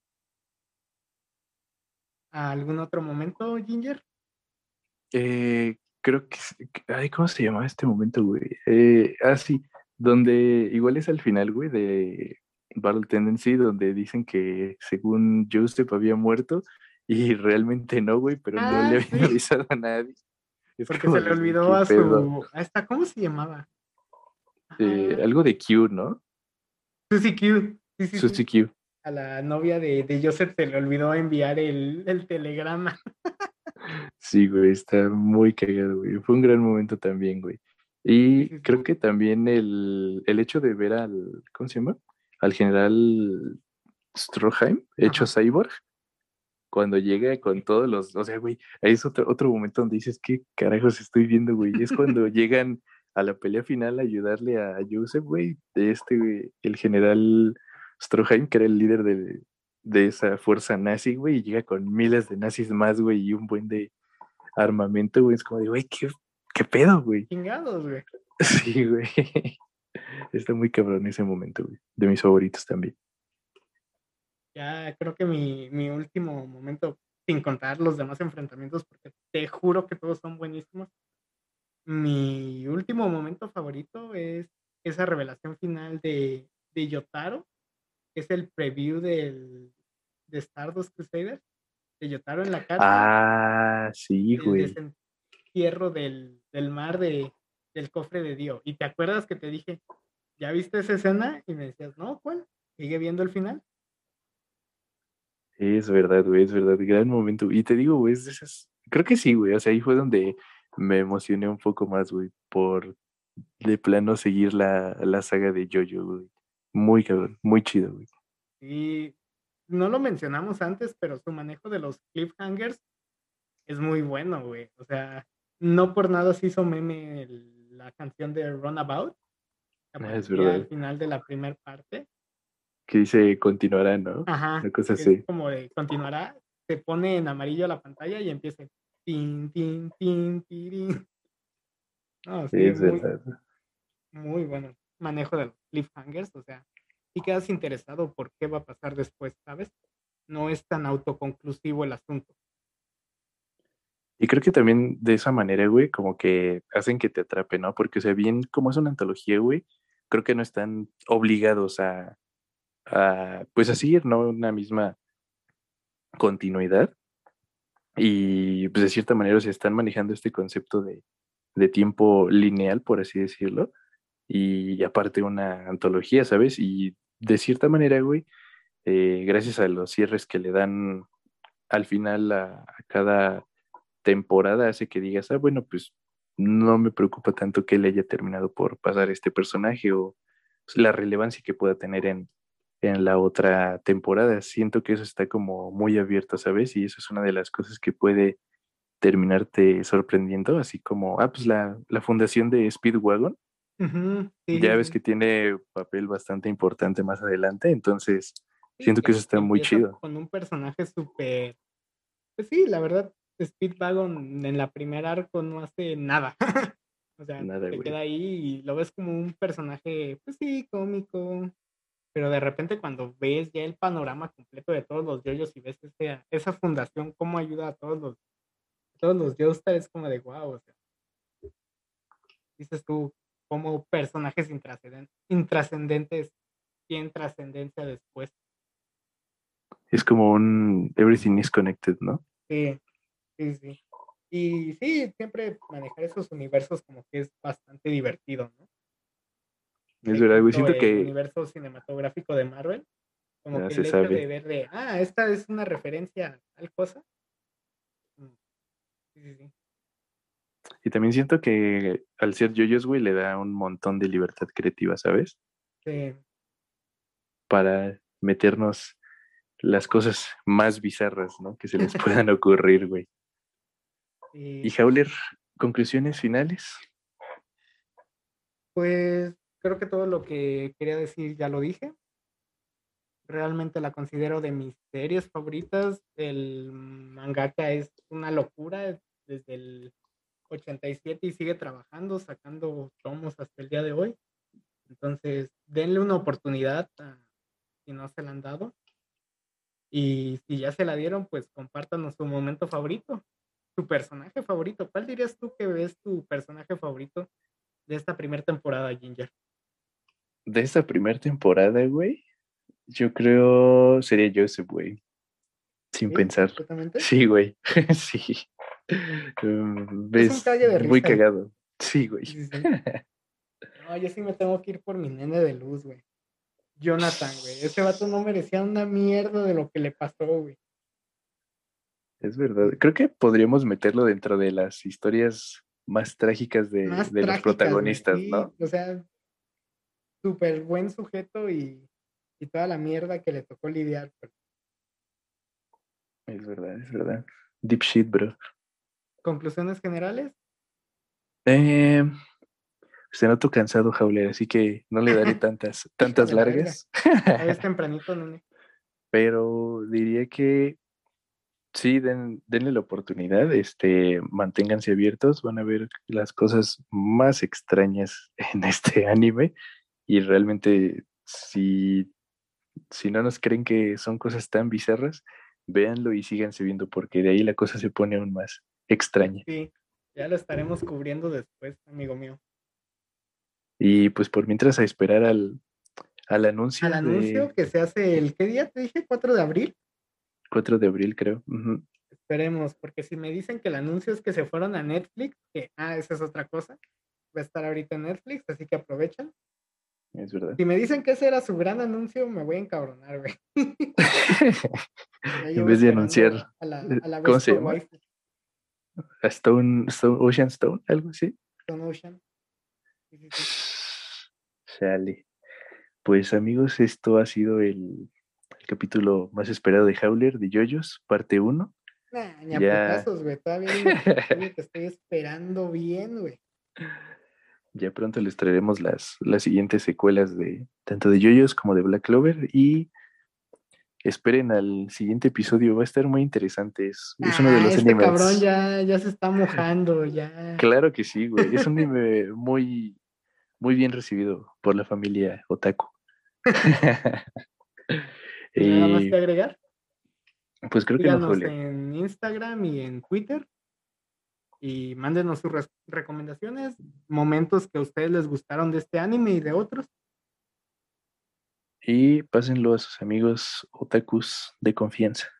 ¿A algún otro momento, Ginger? eh, creo que, es- que- ay, ¿cómo se llamaba este momento, güey? Eh, ah, sí, donde igual es al final, güey, de Battle Tendency, donde dicen que según Joseph había muerto y realmente no, güey, pero no le Ah, habían sí, avisado a nadie. Es porque como se le de, güey, olvidó qué a pedo. su, a esta, ¿cómo se llamaba? Eh, Ah, algo de Q, ¿no? Susie Q, sí, sí, sí. Suzy Q. A la novia de, de Joseph se le olvidó enviar el, el telegrama. Sí, güey, está muy cagado, güey. Fue un gran momento también, güey. Sí, Y sí, sí. creo que también el, el hecho de ver al, ¿cómo se llama? Al general Stroheim, hecho Ajá. cyborg, cuando llega con todos los, o sea, güey, ahí es otro, otro momento donde dices, ¿qué carajos estoy viendo, güey? Es cuando llegan a la pelea final a ayudarle a Joseph, güey, de este, güey, el general Stroheim, que era el líder de, de esa fuerza nazi, güey, y llega con miles de nazis más, güey, y un buen de armamento, güey, es como de, güey, ¿qué, qué pedo, güey? Chingados, güey. Sí, güey. Está muy cabrón ese momento, güey. De mis favoritos también. Ya creo que mi, mi último momento, sin contar los demás enfrentamientos, porque te juro que todos son buenísimos. Mi último momento favorito es esa revelación final de, de Yotaro, que es el preview del, de Stardust Crusader, de Yotaro en la cárcel, Ah, sí, el güey. desentierro del, del mar de, del cofre de Dio. Y te acuerdas que te dije, ¿ya viste esa escena? Y me decías, no, ¿cuál? Sigue viendo el final. Es verdad, güey, es verdad. Gran momento. Y te digo, güey, es de esas. Creo que sí, güey. O sea, ahí fue donde me emocioné un poco más, güey, por de plano seguir la, la saga de Jojo, güey. Muy cabrón, muy chido, güey. Y no lo mencionamos antes, pero su manejo de los cliffhangers es muy bueno, güey. O sea, no por nada se hizo meme el- la canción de Runabout, que Ah, es aparecía al verdad. final de la primera parte. Que dice continuará, ¿no? Ajá, Una cosa que es así. como de continuará, se pone en amarillo la pantalla y empieza tin, tin, tin, tirín. No, sí, Es muy, verdad. muy bueno manejo de los cliffhangers. O sea, si quedas interesado por qué va a pasar después, ¿sabes? No es tan autoconclusivo el asunto. Y creo que también de esa manera, güey, como que hacen que te atrape, ¿no? Porque, o sea, bien como es una antología, güey, creo que no están obligados a, a pues a seguir, ¿no? Una misma continuidad y pues de cierta manera se están manejando este concepto de, de tiempo lineal, por así decirlo, y aparte una antología, ¿sabes? Y de cierta manera, güey, eh, gracias a los cierres que le dan al final a, a cada temporada, hace que digas, ah, bueno, pues no me preocupa tanto que le haya terminado por pasar este personaje o pues, la relevancia que pueda tener en, en la otra temporada. Siento que eso está como muy abierto, ¿sabes? Y eso es una de las cosas que puede terminarte sorprendiendo, así como, ah, pues la, la fundación de Speedwagon, Ujú, sí, ya sí, ves sí. que tiene papel bastante importante más adelante, entonces Sí, siento que que, eso que está muy empieza chido. con un personaje súper. Pues sí, la verdad, Speedwagon en la primera arco no hace nada. O sea, Nada, te queda güey. ahí y lo ves como un personaje, pues sí, cómico. Pero de repente cuando ves ya el panorama completo de todos los yoyos y ves ese- esa fundación, cómo ayuda a todos los, todos los Joestar, es como de wow, o sea, dices tú, como personajes intrascenden- intrascendentes tienen trascendencia después. Es como un everything is connected, ¿no? Sí, sí, sí. Y sí, siempre manejar esos universos como que es bastante divertido, ¿no? Es verdad, güey. Ejemplo, Siento el que universo cinematográfico de Marvel, como ya que se el hecho de sabe. ver de, ah, esta es una referencia a tal cosa. mm, Sí, sí, sí. Y también siento que al ser yoyos, güey, le da un montón de libertad creativa, ¿sabes? Sí, Para meternos las cosas más bizarras, ¿no? Que se les puedan ocurrir, güey. Y sí. Howler, conclusiones finales. Pues creo que todo lo que quería decir ya lo dije. Realmente la considero de mis series favoritas. El mangaka es una locura desde el ochenta y siete y sigue trabajando, sacando tomos hasta el día de hoy. Entonces, denle una oportunidad a, si no se la han dado. Y si ya se la dieron, pues compártanos su momento favorito, tu personaje favorito. ¿Cuál dirías tú que es tu personaje favorito de esta primera temporada, Ginger? De esta primera temporada, güey, yo creo sería Joseph, güey. Sin ¿Sí? pensar. ¿Completamente? Sí, güey. Sí. Um, Es un ves, cague de muy risa. cagado. Sí, güey. Sí, sí, sí. No, yo sí me tengo que ir por mi nene de luz, güey. Jonathan, güey. Ese vato no merecía una mierda de lo que le pasó, güey. Es verdad. Sí, Creo sí. que podríamos meterlo dentro de las historias más trágicas de, Más de los trágicas, güey. protagonistas, Sí, ¿no? o sea, súper buen sujeto y, y toda la mierda que le tocó lidiar. Pero Es verdad, es verdad. Deep shit, bro. conclusiones generales. Eh, Se noto cansado, Jauler, así que no le daré tantas, Hijo tantas de la verga. largas. Ya ves tempranito, nene. Pero diría que sí, den, denle la oportunidad, este, manténganse abiertos, van a ver las cosas más extrañas en este anime y realmente si, si no nos creen que son cosas tan bizarras, véanlo y síganse viendo porque de ahí la cosa se pone aún más extraña. Sí, ya lo estaremos cubriendo después, amigo mío. Y pues por mientras a esperar al, al Al anuncio anuncio de que se hace el, ¿qué día te dije? ¿Cuatro de abril? cuatro de abril, creo. Ujú. Esperemos, porque si me dicen que el anuncio es que se fueron a Netflix, que, ah, esa es otra cosa, va a estar ahorita en Netflix, así que aprovechen. Es verdad. Si me dicen que ese era su gran anuncio, me voy a encabronar, güey. Ya En llevo vez de anunciar, esperando a la, eh, a la ¿cómo Best se for llama? Wife, A Stone, Stone, Ocean Stone, algo así. Stone Ocean. Sí, sí, sí. Sale. Pues amigos, esto ha sido el, el capítulo más esperado de Howler de JoJo's, parte uno. Nah, ni a Ya, putazos, güey. Todavía hay un episodio que estoy esperando bien, güey. ya pronto les traeremos las, las siguientes secuelas de tanto de JoJo's como de Black Clover y esperen al siguiente episodio, va a estar muy interesante. Es, es uno de Ah, los este cabrón animes. ya, ya se está mojando, ya. Claro que sí, güey. Es un anime muy, muy bien recibido por la familia Otaku. Sin nada más que Y agregar, pues creo que no, síganos Howler. en Instagram y en Twitter y mándenos sus res- recomendaciones, momentos que a ustedes les gustaron de este anime y de otros. Y pásenlo a sus amigos otakus de confianza.